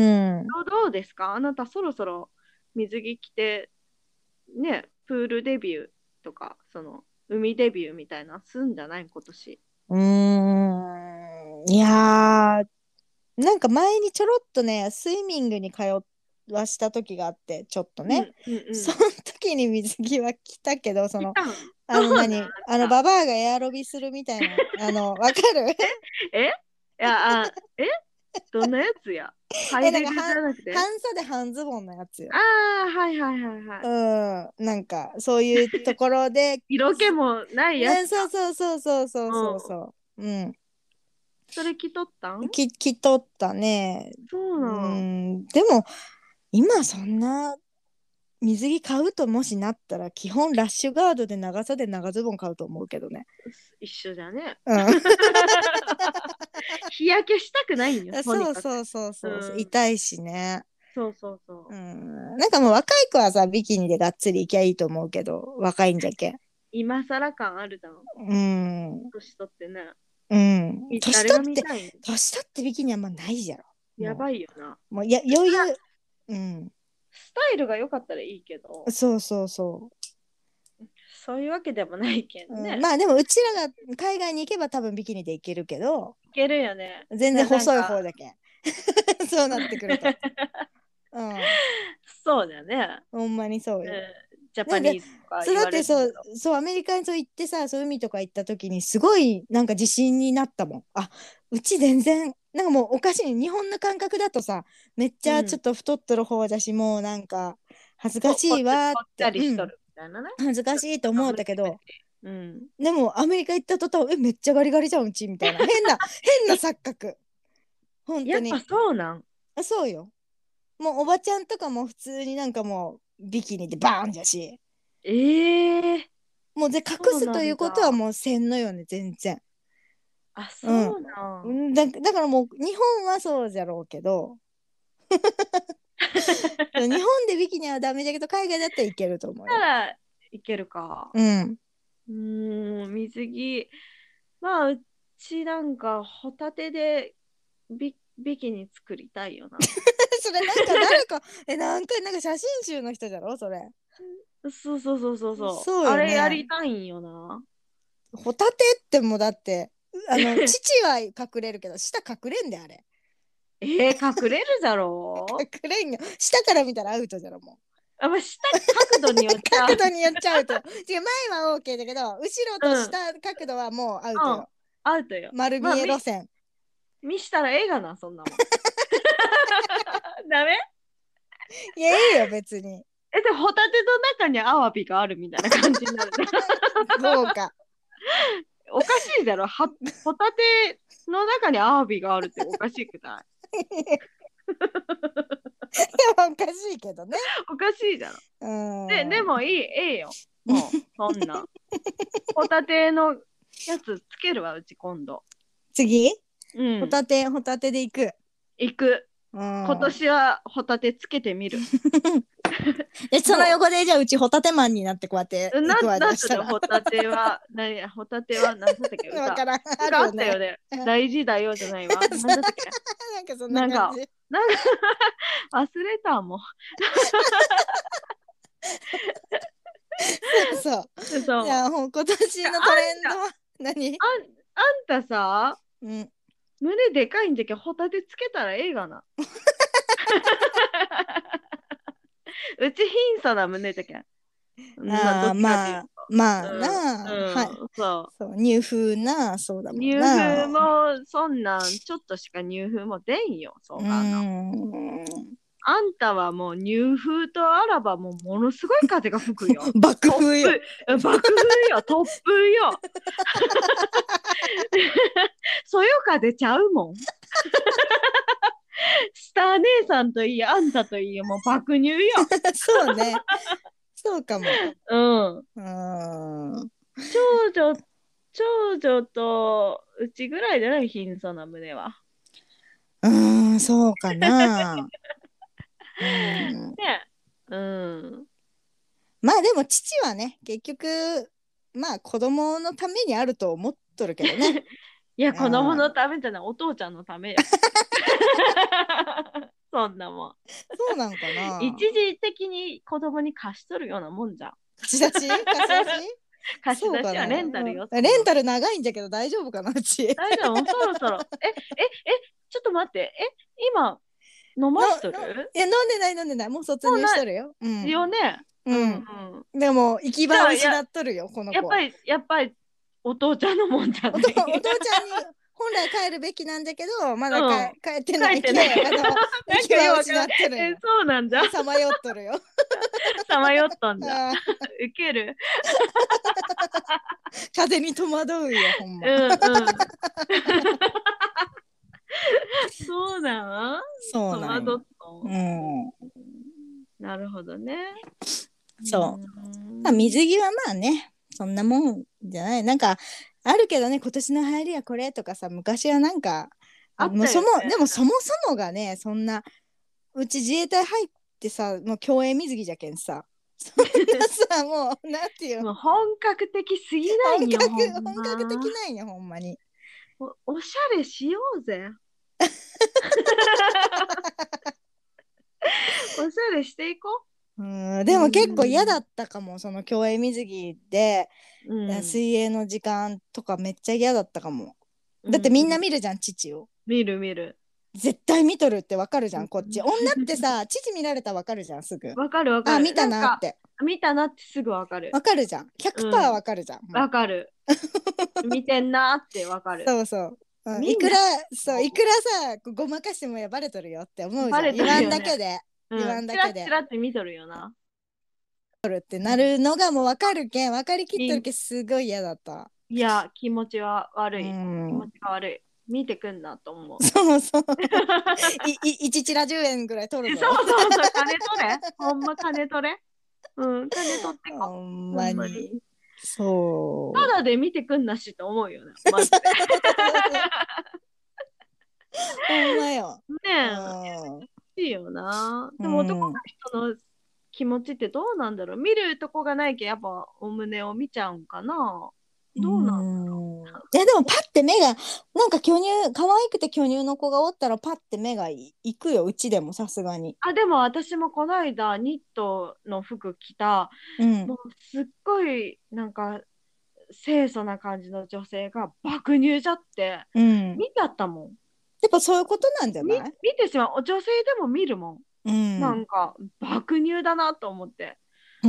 どうどうですか、あなたそろそろ水着着て、ね、プールデビューとか、その、海デビューみたいなすんじゃない今年。 うーん。いやー、なんか前にちょろっとね、スイミングに通わした時があって、ちょっとね。 うんうんうん。 その時に水着は着たけど、その、 来たんあのそうなん何、あの、ババアがエアロビするみたいな、あの、わかるえいや、あ、えどんなやつやハえ、 イレグじなんか半、 ゃなくて、 半袖半ズボンのやつよ。 ああ、はいはいはいはい。 うん、なんかそういうところで、 色気もないやね、 つか。 そうそうそうそうそうそううん。 そう。うん。 それ着とったん？ き着とったね。 そうなうの。 んでも今そんな水着買うともしなったら基本ラッシュガードで長袖長ズボン買うと思うけどね。 一緒だね。 うん日焼けしたくないんよ、とにかく。 そうそうそうそう、 うん痛いしね。 そうそうそう。 うんなんかもう若い子はさビキニでがっつり行きゃいいと思うけど若いんじゃけ。 今更感あるだろ。 うん年取ってね。 うんみ年誰が取って見たいん？ 年取ってビキニはあんまないじゃろ。 やばいよな。 もういや余裕。うんスタイルが良かったらいいけど、 そうそうそそういうわけでもないけう、 んね。 うん、まあでもうちらが海外に行けば多分ビキニで行けるけどいけるよね。 全然細い方だ。 だけんそうなってくるとうんそうだよね。 ほんまにそううんよ。 ジャパニーズとかそう言われるけど。 だってそうそうアメリカにそう行ってさそう海とか行った時にすごいなんか自信になったもん。あうち全然なんかもうおかしい日本の感覚だとさめっちゃちょっと太っとる方だし、うん、もうなんか恥ずかしいわーって、 しとるみたいなね、 うん、恥ずかしいと思ったけど、 うん、 でもアメリカ行った途端えめっちゃガリガリじゃんうちみたいな変な変な錯覚本当にやっぱそうなん？ あそうよ。もうおばちゃんとかも普通になんかもうビキニでバーンじゃしええー、 もうで隠すということはもうせんのよね全然。 あそうなん、 うん、だ, だからもう日本はそうじゃろうけど日本でビキニはダメだけど海外だったらいけると思うよ。 だからいけるか。 うんうーん水着まあうちなんかホタテで ビ, ビキニ作りたいよなそれなんか誰かえなんかなんか写真集の人じゃろそれ。 そうそうそうそうそう、 そうよね、 あれやりたいんよな。 ホタテってもうだってあの父は隠れるけど下隠れんであれ。 えー、隠れるだろう隠れんよ下から見たらアウトじゃろもう。 あ、まあ、下角度によっちゃ角度によっちゃうと違う前は OK だけど後ろと下角度はもうアウトよ、 うん、アウトよ丸見え路線、まあ、 見したらええがなそんなもんダメ？ いやいいよ別に。 えでホタテの中にアワビがあるみたいな感じになるそうかおかしいだろはホタテの中にアワビがあるっておかしくないいやおかしいけどね。 おかしいじゃん。ででもいいええよもうそんなホタテのやつつけるわうち今度次、 うん、 ホタテホタテで行く行く、うん、今年はホタテつけてみるでその横でじゃあうちホタテマンになってこうやって行くわなったらホタテは何やホタテは何だったっけわからんあるよね。よね大事だよじゃないわ。何だったっけなんかそんな感じ。 なんか忘れたもん。 そうそう。 そういやもう今年のトレンドは何？ あんあんたさ、 うん、 胸でかいんじゃけホタテつけたらええがな。うち貧相な胸じゃけん。 ああまあまあなあ、 うんうん、はいそうそう乳風なそうだもん乳風もそんなんちょっとしか乳風も出んよそうかな。うんあんたはもう乳風とあらばもうものすごい風が吹くよ。 爆風よ。 爆風よ突風よ。そよ風ちゃうもん。スター姉さんといいあんたといいもう爆乳よ。 そうね。そうかも。 うん。 うん長女、長女とうちぐらいじゃない貧相な胸は。 うん、そうかな。うん、 ね。うん。 まあでも父はね、結局まあ子供のためにあると思っとるけどね。 いや、子供のためじゃない、お父ちゃんのためや。そんなもん。 そうなんかな。 一時的に子供に貸しとるようなもんじゃん。 貸し出し？貸し出し？ 貸し出しはレンタルよ。 レンタル長いんじゃけど大丈夫かなうち。 大丈夫、そろそろ。え、え、え、ちょっと待って。え、今、飲ましとる？ いや、飲んでない飲んでない。もう卒業しとるよ。 うん。よね。 うん。うん、でも、行き場を失っとるよ、この子。 やっぱり、やっぱり、お父ちゃんのもんじゃない。 お, お父ちゃんに本来帰るべきなんだけど、まだか、うん、帰ってないけど、あの、行き場を失ってるよ。 え、そうなんだ。 さまよっとるよ。 さまよっとんだ。ウケる。 風に戸惑うよ、ほんま。 うんうん。 そうなんそうなんよ。 戸惑ったうん。 なるほどね。 そう。まあ、 ん。 水着はまあね、そんなもんじゃない。なんか、あるけどね、今年の流行りはこれとかさ、昔はなんか、 あったよね。 もうそも、でもそもそもがね、そんな、うち自衛隊入ってさ、もう競泳水着じゃけんさ、そんなさ、もう、なんていう、 もう本格的すぎないよ、 本格、 ほん本格的ま。 なんよ、ほんまに。 お、おしゃれしようぜ。おしゃれしていこうん、 う。うでも結構嫌ん。 だったかも、その競泳水着で、 うん。 水泳の時間とかめっちゃ嫌だったかも。だってみんなうんうん。 見るじゃん、父を。 見る見る。 絶対見とるってわかるじゃん、こっち。女ってうんさ、父見られたらわかるじゃん、すぐ。 わかるわかあ、 る。 見たなんか、 なって。 見たなってすぐわかる。 わかるじゃん。 うん。 ひゃくパーセントわかるじゃん、もわかる。見てんなってわかう。 る。 そうそう。うん、いみんなくら、そう、いくらさ、ごまかしてもやバレとるよって思うじゃん。 バレ言わんとるよね。 だけで。言わうん。チラッチんだけで。 ラって見とるよな。 ってなうん。 るのがもうわかるけん、わかりきっとるみけん、すごい嫌だった。 いや、気持ちは悪うい。気持ん。 ちが悪い。見てくんなと思う。 そうそう。い、い、いちチラじゅうえんぐらい取るそうぞ。 そうそう、金取れ。ほんま金取れ。うん、金取ってこ。 ほんほんまに。 まに。そただで見てくんなしと思うよね、 う。 マジで。 そうそうそう。ほんまよ。 ねうえ、 ん。 いいよな。 うでも男のん。 人の気持ちってどうなんだろう。見るとこがないけん、やっぱお胸を見ちゃうんかな。 うどうなんだん。いやでもパッて目がなんか巨乳可愛くて巨乳の子がおったらパッて目がい、いくようちでもさすがに。 あ、でも私もこの間ニットの服着た、 うん。 もうすっごいなんか清楚な感じの女性が爆乳じゃってうん。 見ちゃったもん。 やっぱそういうことなんじゃみない？ 見てしまう。女性でも見るもうん。なん。 んか爆乳だなと思って。 うん。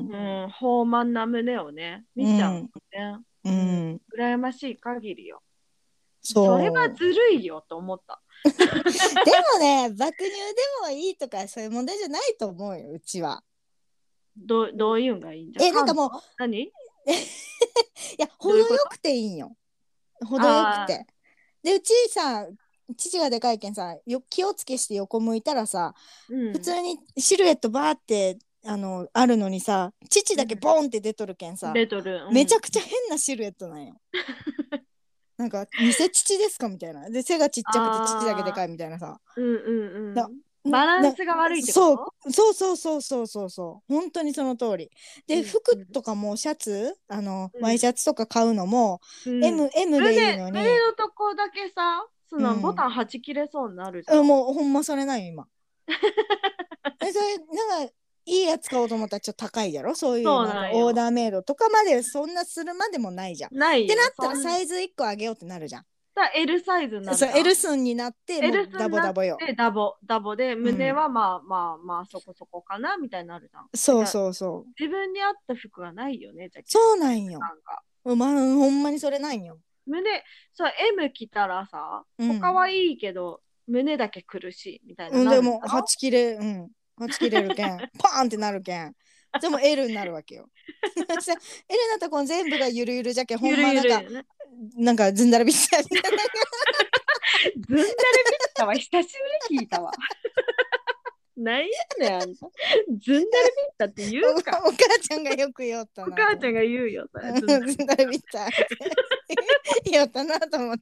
うん、豊満な胸をね、見ちゃううん。 のね。 ううん、 ん。 羨ましい限りよ。それはそう。 ずるいよと思った。 でもね、爆乳でもいいとかそういう問題じゃないと思うよ、うちは。 どう、どういうんがいいんじゃ。 え、なんかもう、 感度何いや、程どういうことよくていいんよ。程よくああて。で、うちさ、父がでかいけんさ、よ気をつけして横向いたらさ、 ー、うん。 普通にシルエットバーってあのあるのにさ、父だけうボンって出とるけんん。 さ、 出とる。うん。 めちゃくちゃ変なシルエットなんよ。なんか偽父ですかみたいな。で背がちっちゃくて父だけでああ、 かいみたいなさ。 うんうんなうん。バランなスが悪いってこそうとそうそうそうそうそうそう本当にその通りで、 うん服うんとかもシャツあのワイシうんャツとか買うのもうん。 エム、エムでいい胸、 のに、 胸のとこだけさ、そのボうん、 タンはち切れそうになるじゃん。 うんもうほんまそれないよ今。えそれなんかいいやつ買おうと思ったらちょっと高いやろ、そういうそうなんかなんよ。 オーダーメイドとかまでそんなするまでもないじゃん。ってなないよ。 ったそんらサイズいっこ上げようってなるじゃん。 だ エル サイズになるそうじゃん。 L 寸になってもう L 数ダになっボダボよ。 てダボ、ダボで、胸うんはまあまあまあそこそこかなみたいになるじゃん。だそうからそうそう、 自分に合った服がないよね、じゃけん。 そうなんよ。 なんか。 まあほんまにそれないよ。 胸、そう、エム 着たらさ、他うんはいいけど、胸だけ苦しいみたいなうん、でも、 なるんだろはち切れ、うん、はち切れるけん、パーンってなるけん。でも L になるわけよ。そ L になったらこの全部がゆるゆるじゃけん、ほゆるんまなんか、 ゆるね。 なんかずんだらびっちゃみたいな。 ずんだれビッタは久しぶり聞いたわ。なんやねん、あんた。ずんだれビッタって言お、 うか。 お母ちゃんがよく言おったおなと思って。 母ちゃんが言うよ、それ。 うんずんだれずんだらびっちゃって言おったなと思って。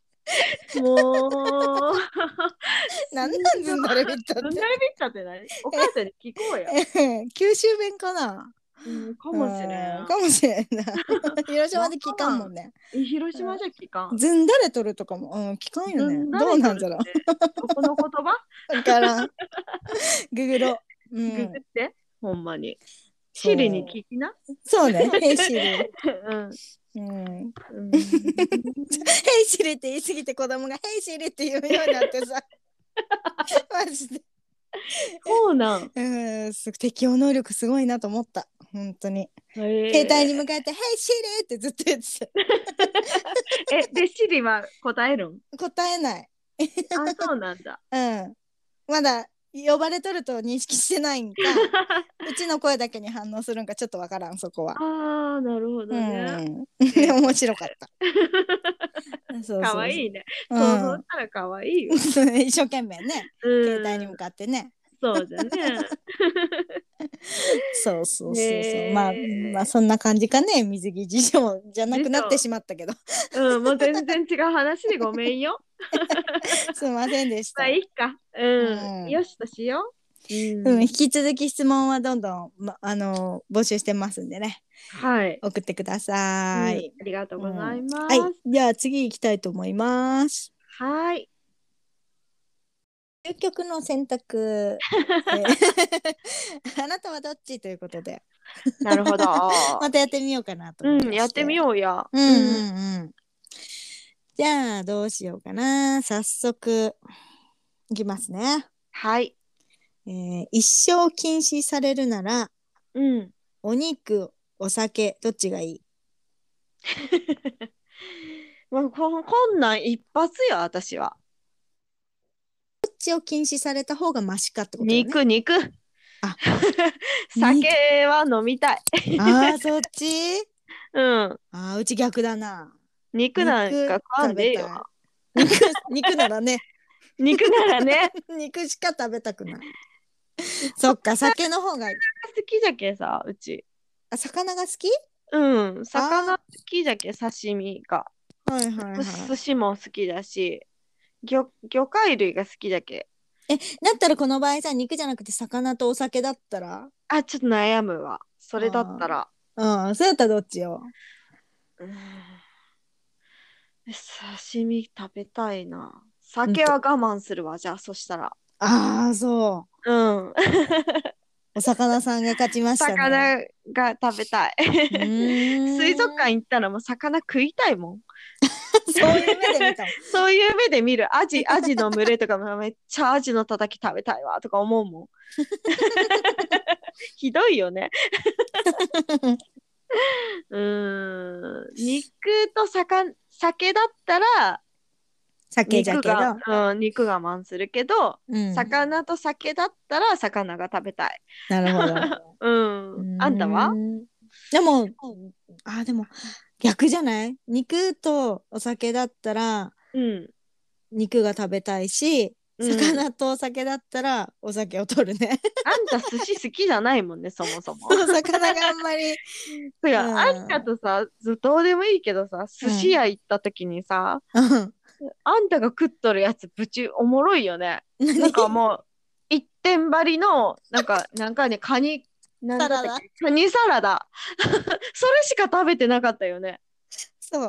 もう、 なんなしんど。 んずんだらびっちゃって。 ずんだれビッタって何お母ちゃんに聞こうや。 九州弁かな。 うん、かうもしれん、 ん。 かもしれんな。広島わで聞かからん。 んもんね。 広島じゃ聞かん。 ずんだれとるとかも、うん、聞かんよね。 ずんだどうれとるっなんじゃろう。 て、どこの言葉わからん。ググろう。うググっん。 て、ほんまに。シリにそ聞きな。 う。そうね。ヘイシリ。 うん。 うん。 うん。 ヘイシリって言い過ぎて子供がヘイシリって言うようになってさ。マジで。 そうなん。 うん、す適応能力すごいなと思った。本当に。携帯にへえ。 向かってヘイシリってずっと言ってた。 え、で、シリは答えるん答えない。 あ、そうなんだ。 うん。まだ呼ばれとると認識してないんかうちの声だけに反応するんかちょっとわからんそこは。 ああ、なるほうどね。 んで面白かった。そうかそうそう。 わいいね。 う想像しんたらかわいいわ。 一生懸命ね携帯に向うん。 かってね。 そうじゃね。 そうそうそうそう。まあまあへえ。 そんな感じかね。水着事情じゃなくなって辞書。 しまったけど。 うん、もう全然違う話でごめんよ。 すいませんでしまあた。 いいか。 ううん。 ん。 よしとしよう。 うん、 うん。 引き続き質問はどんどん、ま、あの募集してますんでね。 はい。 送ってくださうん。 い。 ありがとううん、 ございはい。 ます。 じゃあ次行きたいと思います。 はい。 究極の選択。えーあなたはどっちということでなるほど。 またやってみようかなと思いうん、やってみまして。 ようや。 うんうん。 うんうん。じゃあどうしようかな。早速いきますね。 はい。 えー一生禁止されるならうん。 お肉、お酒どっちがいい？ もうここんなん一発よ、私は。 どっちを禁止された方がマシかってことよね。 肉、肉。 あ、 酒肉。 は飲みたい。 ああ、そっち。 うん。 ああ、うち逆だな。 肉なんか肉食わんでええよ。 食べたい。肉、肉ならね。 肉ならね、 肉しか食べたくない。そっか、酒の方がいい。 好きじゃけさ、うち。 あ、魚が好き？ うん。魚あ好きじゃけ、刺身が。 あ、はいはいは寿司も好きだし、魚、魚介類が好きだけ。 い。え、だったらこの場合さ、肉じゃなくて魚とお酒だったら？ あ、ちょっと悩むわ。それだっあたら。 あ、うん、そうやったらどっちよ。 うん。刺身食べたいな。 うんと。 酒は我慢するわ、じゃあ、そしたら。 ああ、そう。 うん。 お魚さんが勝ちましたね。 魚が食べたい。 う水族ーん。 館行ったらもう魚食いたいもん。 そういう目で見たもん。 そういう目で見る。アジ、アジの群れとかもめっちゃアジのたたき食べたいわとか思うもん。ひどいよね。うーん。肉と魚、酒だったら酒じゃ肉が、 けど。 うん、肉我慢するけど、 うん。 魚と酒だったら魚が食べたい。 なるほど。 ううん。あんたは？ ーん。でも、あ、でも逆じゃない？肉とお酒だったらうん。 肉が食べたいし、 うん。 魚とお酒だったらお酒を取るね。 あんた寿司好きじゃないもんね、そもそも。 そう、魚があんまり。 てうか、あんたん。 とさ、ずどうでもいいけどさ、寿司うん。 屋行った時にさ、 うん。 あんたが食っとるやつ、ぶちおもろいよね。なんか何？ もう、一点張りの、なんか、なんかね、カニ、なんサラダ。 だったっけ、カニサラダ。それしか食べてなかったよね。 そう。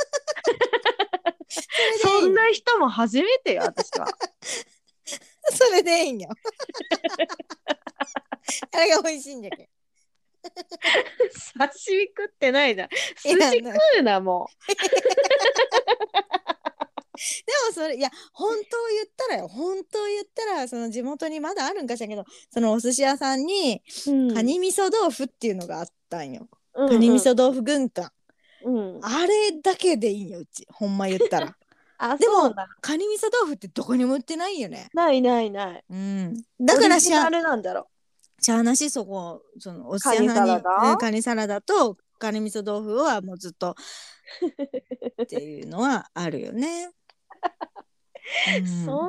それでいいの。 そんな人も初めてよ、私は。 それでいいんよ。あれが美味しいんじゃけ。 刺身食ってないじゃん。 い寿司食やな。 うな、もでもそれいや本当を言ったらよ本当を言ったらその地元にまだあるんかしらんけどそのお寿司屋さんにう。うん。 カニ味噌豆腐っていうのがあったんよ。カニうんうん。 味噌豆腐軍艦。 うん。 あれだけでいいんようちほんま言ったら。 あ、 でもそうな。 カニ味噌豆腐ってどこにも売ってないよね。 ないないない。 うん。だオからしゃリジナルなんだろしゃあなしそこそのおう。 寿司屋さんカニサラに、うん、 ダ。 カニサラダとカニ味噌豆腐はもうずっとっていうのはあるよね。うん。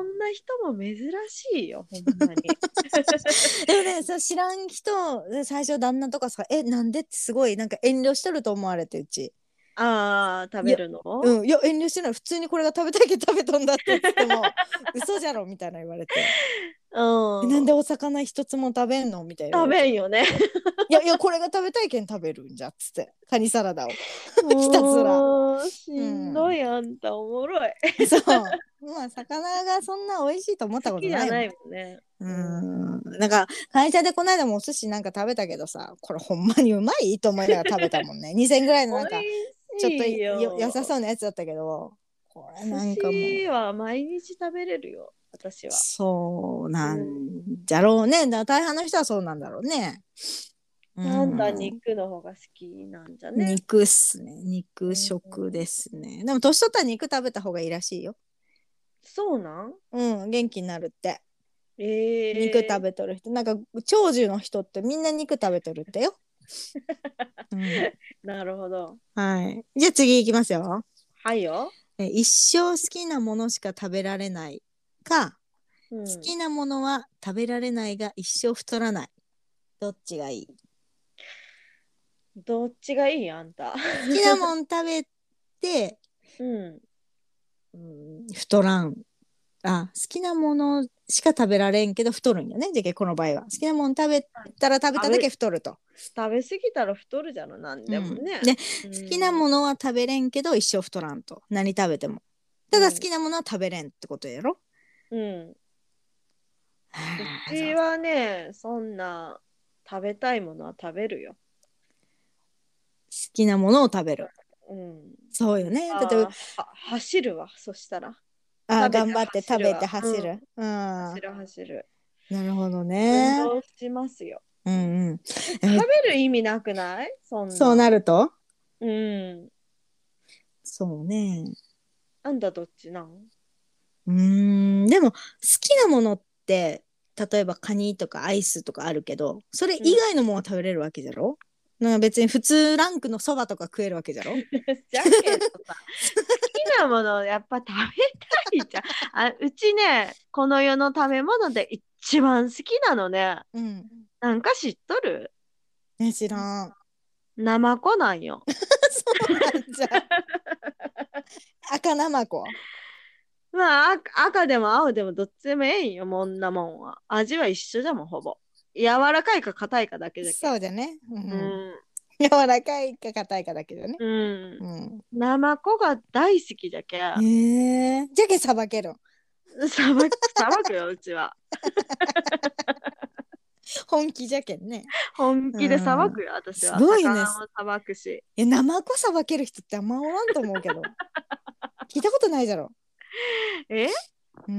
そんな人も珍しいよ、ほんまに。 でもねさ知らん人最初旦那とかさ「えなんで?」ってすごいなんか遠慮しとると思われてうち。 ああ、食いやべるの？ うんいや遠慮してない普通にこれが食べたいけど食べとんだって言っても嘘じゃろみたいな言われて「えなんうん。 でお魚一つも食べんの?」みたいな言わ食れてべんよね。 「いやいやこれが食べたいけん食べるんじゃ」っつってカニサラダをひたすら。 もう、しんどうんいあんた、おもろい。 そうまあ魚がそんな美味しいと思った好ことないもん。 きじゃないもんね。 ううん。 んなんか会社でこの間もお寿司なんか食べたけどさこれほんまにうまいと思いながら食べたもんねにせんえんぐらいの美なんかちょっと味しいよ良さよ。 そうなやつだったけどこれ寿なんかもう司は毎日食べれるよ、私は。 そうなうん。 んじゃろうねだ大半の人はそうなんだろうね。うあんたん肉の方が好きなんじゃね。 肉っすね肉うん。 食ですね。でも年取ったら肉食べた方がいいらしいよ。 そうなん？ うん元気になるって。 肉食えー、 べとる人なんか長寿の人ってみんな肉食べとるってよ、うん、 なるほど。 はいじゃあ次いきますよ。 はいよ。 え一生好きなものしか食べられないか、好うん。 きなものは食べられないが一生太らない。どっちがいい？好どっちがいいあんた。 きなもん食べて、 うん。 うん、太らん。あ、好きなものしか食べられんけど太るんよね。じゃけこの場合は。好きなもの食べたら食べただけ食べ、 太ると。 食べ過ぎたら太るじゃろ、なんうん。 でもね。 で、好うきなん。 ものは食べれんけど一生太らんと。何食べても。ただ好うん。 きなものは食べれんってことやろ。 うん。 あうあ、そう。 ちはね、そんな食べたいものは食べるよ。 好きなものを食べる。 うん。 そうよね。例えば、 あー、は、走るわ、そしたら。 あ、 食べて頑張って食べて走るわ。うん。 走る。うん。な走る走る。 るほど運ね。 動しますよ。 うんうん。 え、食え、 べる意味なくないそんそうな。 なると、 うん。 そうね。 あんたどっちなん？ うーん、でも好きなものって例えばカニとかアイスとかあるけどそれ以うん。 外のものは食べれるわけじゃろ。なんか別に普通ランクのそばとか食えるわけじゃろ。 じゃけどさ、好きなものやっぱ食べたいじゃん。あ、うちね、この世の食べ物で一番好きなのね、 うん。 なんか知っとる？ ね、知らん。 ナマコなんよ。 そうなんじゃ。赤ナマコ。 まあ、赤赤でも青でもどっちでもええんよ、もんなもんは。味は一緒じゃもん、ほぼ。柔らかいか硬いかだけじゃけ。 そうじゃね。ううん。 ん。 柔らかいか硬いかだけどね。 うん。 うん。 ナマコが大好きじゃけ。 へえ。じゃけさばける。 さばく、さばくよ、うちは。 本気じゃけんね。 本う気でさばん。 くよ、私すは。 ごいね。 魚もさばくし。 え、ナマコさばける人ってあんまおらんと思うけど。聞いたことないじゃろ。 え、 うん。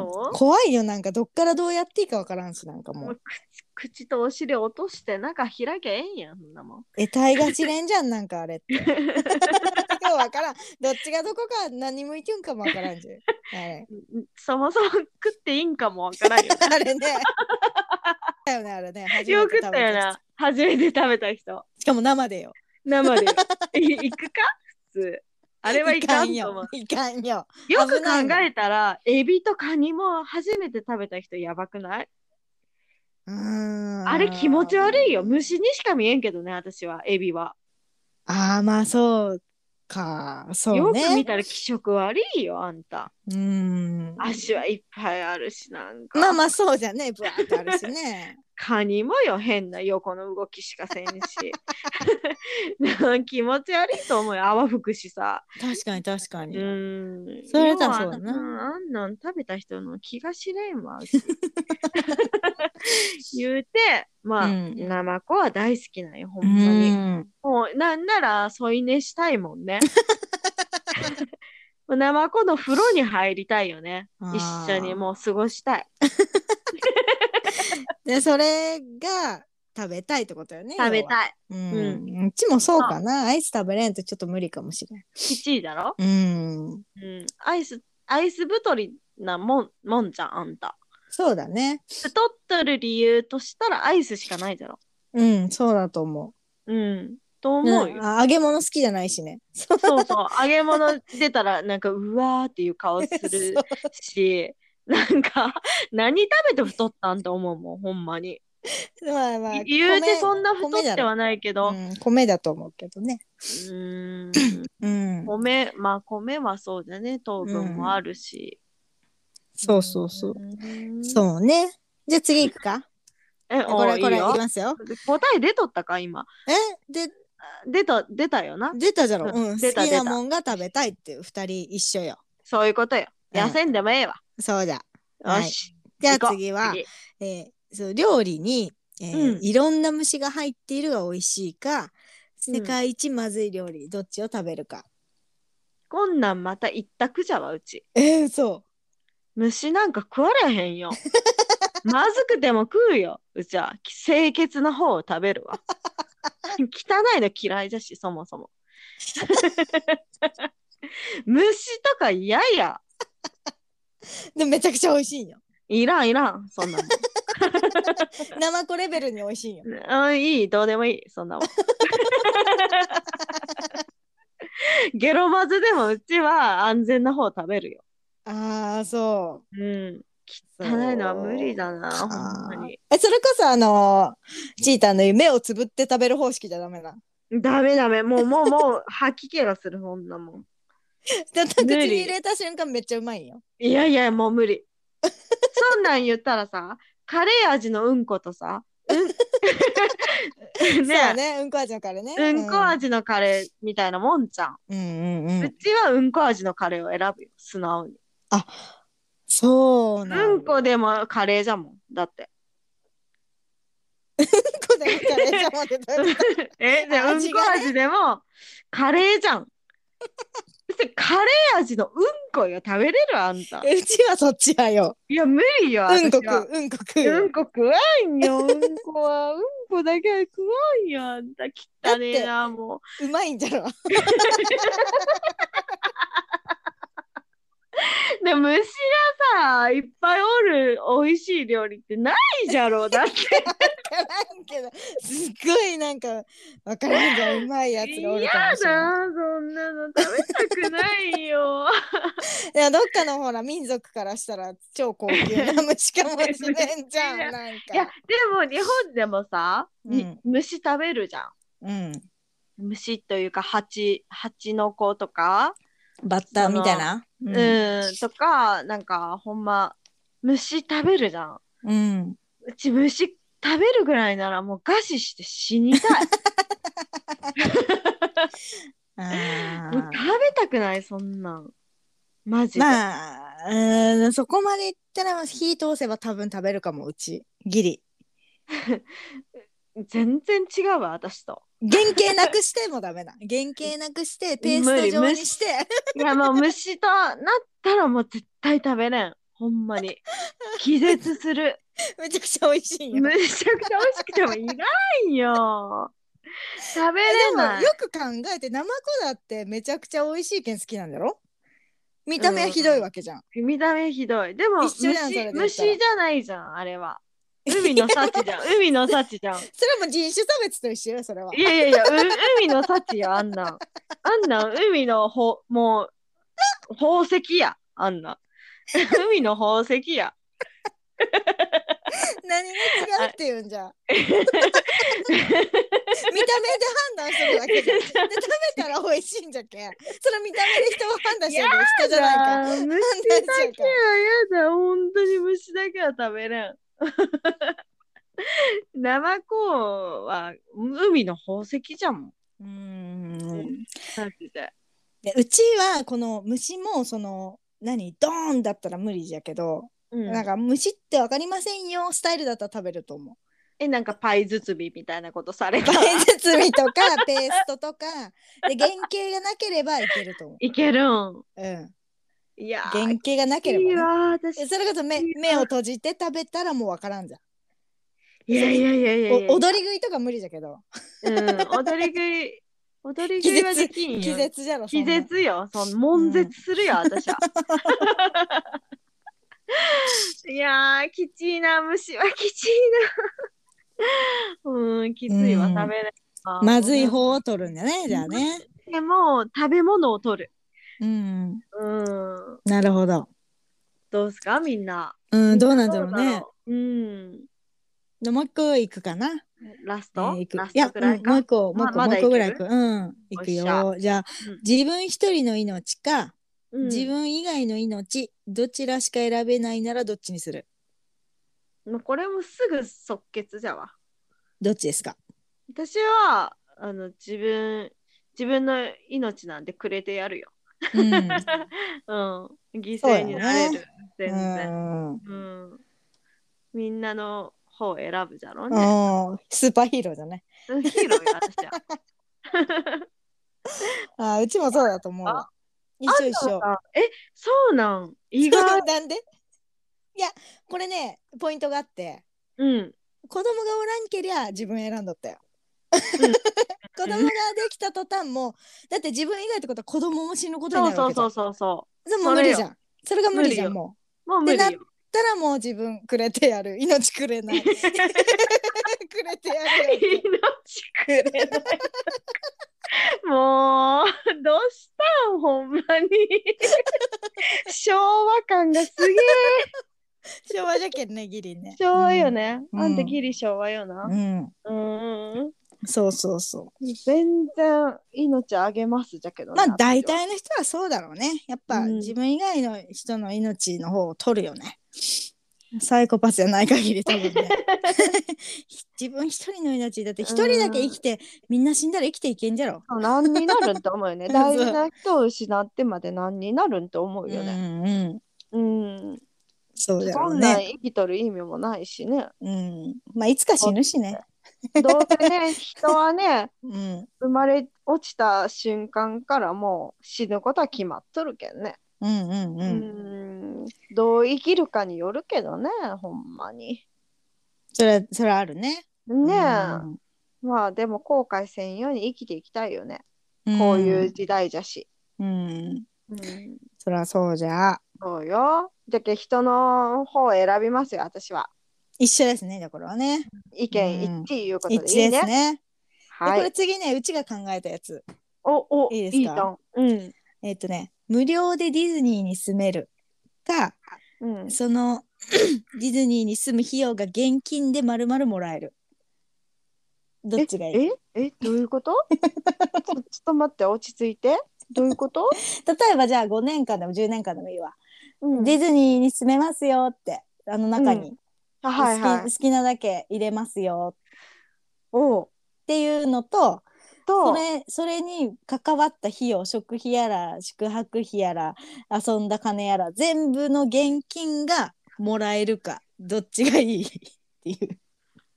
そ怖いよ、なんかどっからどうやっていいかわからんし、なんかもう。 う、もう口、口とお尻落として中開きゃええんやん、そんなもん。 得体が知れんじゃん、なんかあれって。ようわからん。どっちがどこか何向いてんかもわからんじゃん。あれ。 そもそも食っていいんかもわからんよな。 あれね。だよね、あれね。初めてよく食っ食べた人。 たよな。初めて食べた人。 しかも生でよ。 生でよ。い行くか普通。あれはいいかんよ。 かんと思う。 いかんよ。 よく考危ないもん。 えたら、エビとカニも初めて食べた人やばくない？ うーあれ気持ち悪いよ。 ん。 虫にしか見えんけどね、私は、エビは。 ああ、まあそうか。そうね。 よく見たら気色悪いよ、あんた。 うーん。 足はいっぱいあるし、なんか。 まあまあそうじゃね。ぶわーってあるしね。 カニもよ、変な横の動きしかせんし。気持ち悪いと思うよ、泡吹くしさ。 確かに確かうに。 ーん。 それ要は、 だそうな。 うん、あんなん食べた人の気が知れんわ、うち。言うて、まあ、 うん。 ナマコは大好きなんよ、ほうんまに。 ーん。 もう、なんなら、添い寝したいもんね。ナマコの風呂に入りたいよね。一緒にああ。 もう過ごしたい。 で、それが食べたいってことよね、要は。 食べたい。 ううん。 ん。うちもそうそう。 かな。アイス食べれんとちょっと無理かもしれん。 きちいだろ？ うん。 うん。アイス、アイス太りなもん、もんじゃん、あんた。 そうだね。 太ってる理由としたらアイスしかないだろ。 うん、そうだと思うん。とう。う思うよ。 ん、あ、揚げ物好きじゃないしね。そう。 そうそう。揚げ物出たら、なんか、うわーっていう顔するし、なんか、何食べて太ったんって思うもん、ほんまに。 まあまあ、 い言うて米、 そんな太米だろ。 ってはないけど、 うん、米だと思うけどね。 うーん、 うん。 米、まあ米はそうだね、糖う分もあん。 るし。うそうそうそう。 ーん。 そうね。じゃあ次行くか。 え、 これ、これ、いきお、いいよ。 ますよ。 答え出とったか、今。 え、で、 出た、出たよな。 出たじゃろ。 うん、 うん。好出た、 きな出た。 もんが食べたいっていう二人一緒よ。 そういうことよ。 うん。 痩せんでもええわ。 そうじゃ。はい。 よし。 じゃあ行こう。 次は、 次。 えーそう料理に、えーうん。 いろんな虫が入っているが美味しいか、世うん。 界一まずい料理、どっちを食べるか。 こんなんまた一択じゃわ、うち。 えー、そ虫なんか食われへんよ。まずくても食うよ。うちは清潔な方を食べるわ。汚いの嫌いだし、そもそも。虫とか嫌や。 う。で、めちゃくちゃ美味しいんよ。 いらんいらん、そんなもん。 ナマコレベルに美味しいよ。 あ、いい、どうでもいい、そんなもん。ゲロまずでもうちは安全な方食べるよ。 ああ、そうん。 う。 汚いのは無理だそうな、ほんまか。 に。 え、それこそあのチーターの言う目をつぶって食べる方式じゃダメな。 ダメダメ。もうもうもう吐き気がする、そんなもん。 で口無に入理。 れた瞬間めっちゃうまいんよ。 いやいや、もう無理。そんなん言ったらさ、カレー味のうんことさ、うん、 そうねね、うんこ味のカレーね。 え、うんこ味のカレーみたいなもんじゃん。 うんうんうんうん。 うちはうんこ味のカレーを選ぶよ、素直に。 あ、そうなうんんだ。 こでもカレーじゃもん。だって。 うんこでもカレーじゃんってどういうこと？ え、で、 あうんこ味がね。 味でもカレーじゃん。カレー味のうんこが食べれるあんた。 うちはそっちやよ。 いや、無理よ、 うんこ私は。 食う、うんこ食うよ。 うんこ食わんよ、うんこは。うんこだけは食わんよ、あんた。汚ねえな、もう。 うまいんじゃろ。 でも虫がさ、いっぱいおる美味しい料理ってないじゃろう、だって。 わからんけど、すっごいなんかわからんじゃん、うまいやつがおる嫌かもしれない。 だ、そんなの食べたくないよ。 いや、どっかのほら民族からしたら超高級な虫かもしれんじゃん、なんいや、 か。 でも日本でもさ、にうん虫食べるじゃん。 うん。 虫というか、蜂、蜂の子とか、 バッタみたいな。ううん、とか、なんか、ほんま、虫食べるじゃん。 うん。 うち虫食べるぐらいならもう餓死して死にたい。もうあ食べたくない、そんなん。マジで。 まあ、うん、そこまでいったら火通せば多分食べるかも、うち。ギリ。 全然違うわ、私と。 原型なくしてもダメだ。原型なくしてペースト状にして。 いや、もう虫となったらもう絶対食べれん。ほんまに。気絶する。 めちゃくちゃ美味しいんよ。 めちゃくちゃ美味しくてもいらんよ。食べれない。 でもよく考えて、ナマコだってめちゃくちゃ美味しいけん好きなんだろ？見た目はひどいわけじゃん。 うん、見た目ひどい。でも一緒じゃん、それ虫、 で言ったら。 虫じゃないじゃん、あれは。海の幸じゃん。海の幸じゃん。 それはもう人種差別と一緒よ、それは。 いやいやいや、う海の幸や、あんなん。あんなん、海のほ、もう、宝石や、あんなん。海の宝石や。 何が違うって言うんじゃ。見た目で判断するだけじゃん。で、食べたら美味しいんじゃけん。その見た目で人を判断してるけど人じゃないか。 虫だ判断しけはやだ。本当に虫だけは食べれん。ナマコは海の宝石じゃんもん。 うーん。 マジで。 でうちはこの虫もその何ドーンだったら無理じゃけど、 うん、 なんか虫ってわかりませんよスタイルだったら食べると思う。 え、なんかパイ包みみたいなことされた。 パイ包みとかペーストとかで原型がなければいけると思う。 いけるん。 うん。 いや原型がなければ、ね、 いいわ私。 それこそ 目, 目を閉じて食べたらもうわからんじゃん。 いやいやいやいやいや。 踊り食いとか無理じゃけど。 うん、踊り食い。踊り食いはできんよ。 気絶じゃろ。 気絶よ。その悶絶するよ、うん、私は。いやー、きちいな、虫はきちいな。うん、きついわ、食べれない。まずい方を取るんだね、じゃあね。 でも、食べ物を取る。 うん。 うん。 なるほど。 どうすか、みんな。 うん、どうなんだろうね。 うん。 でもう一個いくかな。 ラスト、 えー、いくラストくらいか、 いや、うん、もう一個、もう一個、 ま、 もう一個ぐらいいく。うん、いくよ。じゃあ、 うん、 自分一人の命か、 うん、 自分以外の命、どちらしか選べないならどっちにする？ もうこれもすぐ即決じゃわ。 どっちですか？ 私は、あの、自分、自分の命なんでくれてやるよ。うん。うん、犠牲になれる。ね、全然、うん。うん。みんなの方を選ぶじゃろうね。 スーパーヒーローじゃね。 ヒーローよ、私は。 あ、うちもそうだと思うわ。一緒一緒。 え、そうなん？意外。 なんで？いや、これね、ポイントがあって、 うん。 子供がおらんけりゃ自分選んどったよ。うん、子供ができた途端も、だって自分以外ってことは子供も死ぬことになるわけじゃん。 そうそうそうそうそう。 それも無理じゃん。それが無理じゃん、もう。 もう無理よ。 ったらもう自分くれてやる、命くれないくれてやるよって命くれないもうどうしたんほんまに昭和感がすげえ昭和じゃけんねギリね。 昭和よね、 うん、 あんたギリ昭和よな。 うんうん、 そうそうそ全然命あげますじゃけどう。 ね。 まあ大体の人はそうだろうね。やっぱうん自分以外の人の命の方を取るよね。サイコパスじゃない限り多分ね自分一人の命だって一人だけ生きてみんな死んだら生きていけんじゃろ。 そう何になるんと思うよね。大事な人を失ってまで何になるんと思ううよね。 んうん、 うん。 そうだろそなんうんね。 生きとる意味もないしね。 うん、まあいつか死ぬしね。 どうせね、人はね、 うん、 生まれ落ちた瞬間からもう死ぬことは決まっとるけんね。 うんうんううん。 ん。どう生きるかによるけどね、ほんまに。 それそれあるね。 ねえ。 うんまあでも後悔せんように生きていきたいよね。 うこういうん時代じゃし。 うんうん。 そりゃそうじゃ。 そうよ。じゃけ人の方を選びますよ、私は。 一緒ですね。じゃあこれはね。 意う見一ん、 致いうことで一致でいいね。 すね。でこれはい。 次ねうちが考えたやつお、お、 いいですか。 いいじゃん。うん。 えっとね無料でディズニーに住めるか、 うん。 そのディズニーに住む費用が現金でまるまるもらえる。どっえ、 ちがいい？ え、え、どういうことちょ、ちょっと待って、落ち着いて。どういうこと？ 例えばじゃあごねんかんでもじゅうねんかんでもいいわ。 うん。 ディズニーに住めますよってあのうん。 中にあ、 好き、 はいはい。 好きなだけ入れますよおう。 っていうのと、そと、 れそれに関わった費用、食費やら宿泊費やら遊んだ金やら全部の現金がもらえるか、どっちがいいっていう。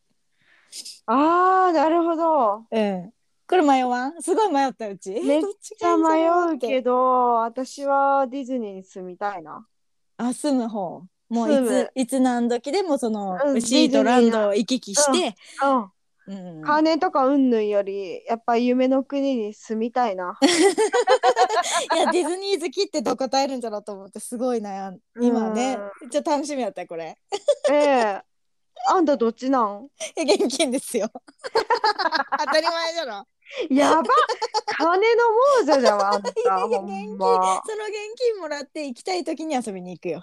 あー、なるほど。 うん、これ迷わん？すごい迷ったうち、えめっどっちちゃがいいじゃろう迷うけって。 ど、私はディズニーに住みたいな。 あ、住む方。もうい住む。 ついつ何時でもそのうん、デシートラィズニーンドを行き来しの、 て、 うん、うん。 うん、 金とかうんぬんより、やっぱ夢の国に住みたいな。 いやディズニー好きってどう答えるんじゃろうと思ってすごい悩んう今ね。 ん。 ちょっと楽しみだったこれ。 ええ、あんたどっちなん？ 現金ですよ当たり前じゃろ。 やば、金の亡者じゃわ、あんいやた、 いやほん現金、 ま。 その現金もらって行きたい時に遊びに行くよ。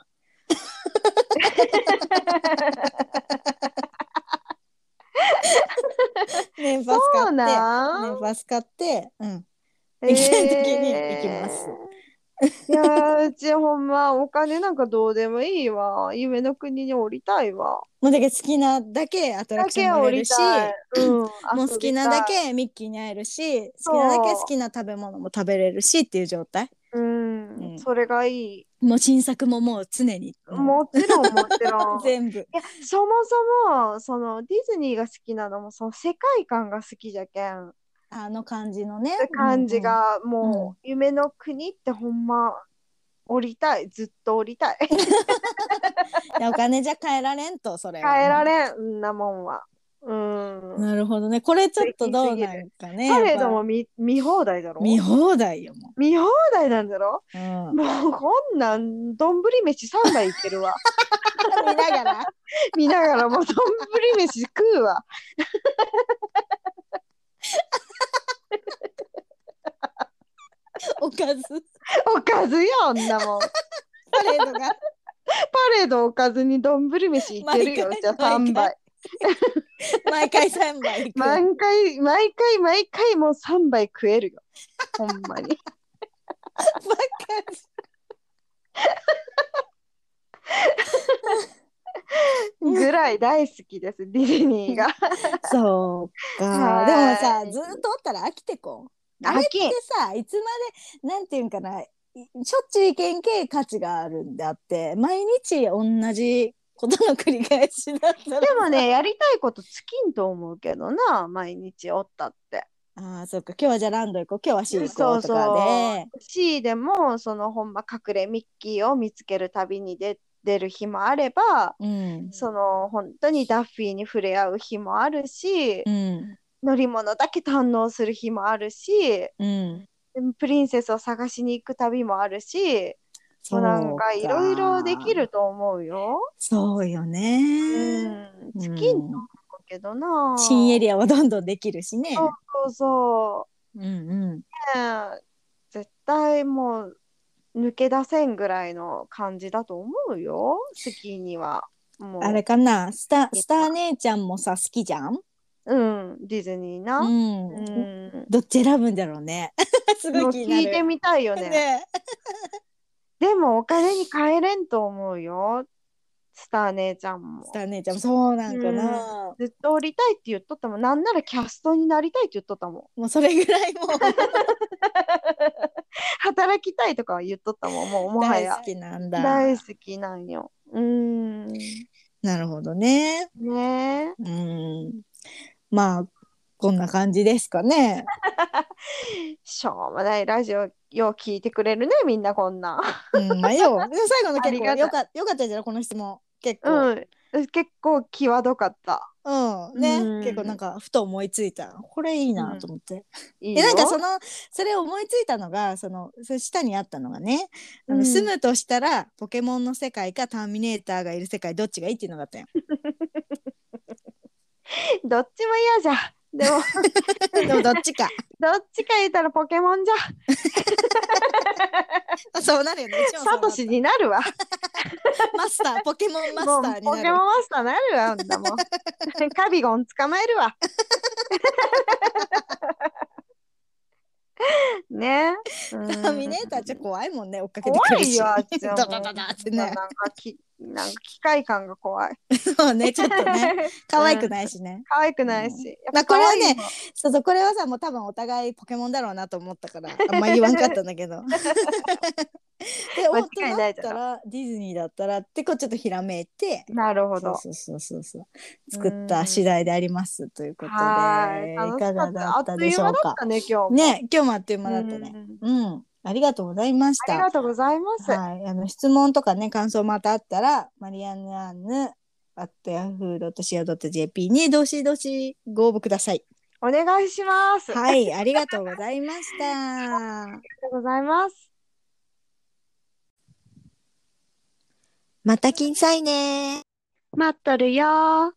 年パス買そうってな年パス買ってうんん？ 行きたい時に行きます。 ええ、いやー、うちほんま、お金なんかどうでもいいわ。夢の国に降りたいわ。 もうだけ好きなだけアトラクションだけ降乗れるし、 りたい。うん、 もう好遊びきなだたい。 けミッキーに会えるし、好きなだけ好そきな食べ物も食べれるしっていう状態。 う。うん、 うん、 それがいい。 もう新作ももう常にももちろん、もちろうん。 全部。 いや、そもそも、その、ディズニーが好きなのも、その世界観が好きじゃけん。 あの感じのね。うん感じうんが、 うん。 もう、夢の国ってほんま、降りたい。ずっと降りたい。 いやお金じゃ変えられんとそれはも変えられん、んなもんは。うう。 ん。 なるほどね。これちょっ素とどうな敵すぎる。 んかね。 パレードやっぱも見、見放題だろ？ 見放題よも見放題なんだろ？ う。うん。 もうこんなん、丼飯さんばいいけるわ。 見ながら見ながらもう丼飯食うわ。 おかずおかずよ、あんなもん。 パレードがパレードおかずに丼飯いけるよ。 毎回じゃあさんばい。 毎回さんばい行く。 毎回、毎回、毎回もうさんばい食えるよ。ほんまに。 バカぐらい大好きです、ディズニーが。 そうか。でもさ、 はーい。 ずっとおったら飽きてこん。あれって飽きん。 さ、いつまで、なんていうんかな、いしょっちゅう意見系価値があるんであって、毎日同じことの繰り返しだったらさ。 でもね、やりたいこと尽きんと思うけどな、毎日おったって。 ああ、そっか。今日はじゃあランド行こう。今日は C 行こそううとかそで。 う。C でも、そのほんま隠れミッキーを見つけるたびに出、出る日もあれば、 うん。 その本当にダッフィーに触れ合う日もあるし、 うん。 乗り物だけ堪能する日もあるし、 うん。 でもプリンセスを探しに行く旅もあるし、 もうなんかいろいろできるか。 と思うよ。 そうようね。 ん、 うチキンとん。 思うけどな。 新エリアはどんどんできるしそうね。 そうそうんうん。 う。ねえ、絶対もう抜け出せんぐらいの感じだと思うよ。スキーには。 あれもかな、スタ、 う、 スター姉ちゃんもさ、好きじゃん。 うん、ディズニーうな。うん。 ん。 どっち選ぶんだろうね。すごいもう気になる。 聞いてみたいよね。 ね。 でもお金に換えれんと思うよ。スター姉ちゃんも。 スター姉ちゃんもそうなんかうん。 な。 ずっと降りたいって言っとったもん。なんならキャストになりたいって言っとったもん。 もうそれぐらいもう働きたいとかは言っとったもん。もうもはや。 大好きなんだ。 大好きなんよ。うん。 なるほどね。 ねえ。 うん。まあ、こんな感じですかね。 しょうもないラジオよう聞いてくれるね、みんなこんな。 うん、まあよ。でも最後のあ結りがたい。 構よか、よかったじゃん、この質問。結構。 うん。結構際どかった。 うん。 うね。結構なんん。 か、ふと思いついた。これいいなうん。 と思って。え、 いいよ。 なんかその、それを思いついたのが、その、その下にあったのがね、あの、住うん。 むとしたら、ポケモンの世界かターミネーターがいる世界、どっちがいいっていうのがあったよ。 どっちも嫌じゃ。でも、 でもどっちか。 どっちか言ったらポケモンじゃ。 そうなるよね。うちもそサトシうなった。 になるわ。 マスター、ポケモンマスタもうーになる。 ポケモンマスターなるわ、ほんだもん。カビゴン捕まえるわ。ね。うターミん。 ネーターちょっと怖いもんね。追っかけて怖くるし。 いよ、あっちはもう。 ダダダダってな、 ね。 なんかき、なんか機械感が怖い。 そうね、ちょっとね。可愛くうん。 ないしね。 可愛くうん、 ないし。やっまあこぱれはね、 可愛いもん。 そうそう、これはさ、もう多分お互いポケモンだろうなと思ったから、あんま言わんかったんだけど。で、 間おとなっ違いないじゃろ。 たら、ディズニーだったらってこうちょっとひらめいて、 なるほど。 そうそうそうそうそう、 う作った次ん。 第でありますということはーい。 で、いかが楽しかった。あっだったでという間だっしょうか。 たね、今日も。 ね、今日もあっという間うだったね。 ん。 うん、ありがとうございましありた。 がとうございます。 はい、あの質問とかね、感想またあったら、マリアンヌアンヌ、アットヤフードットシーオードットジェーピー にどしどしご応募ください。 お願いします。ありはい、ありがとうございました。 がとうございます。 また来んさいね。 待っとるよー。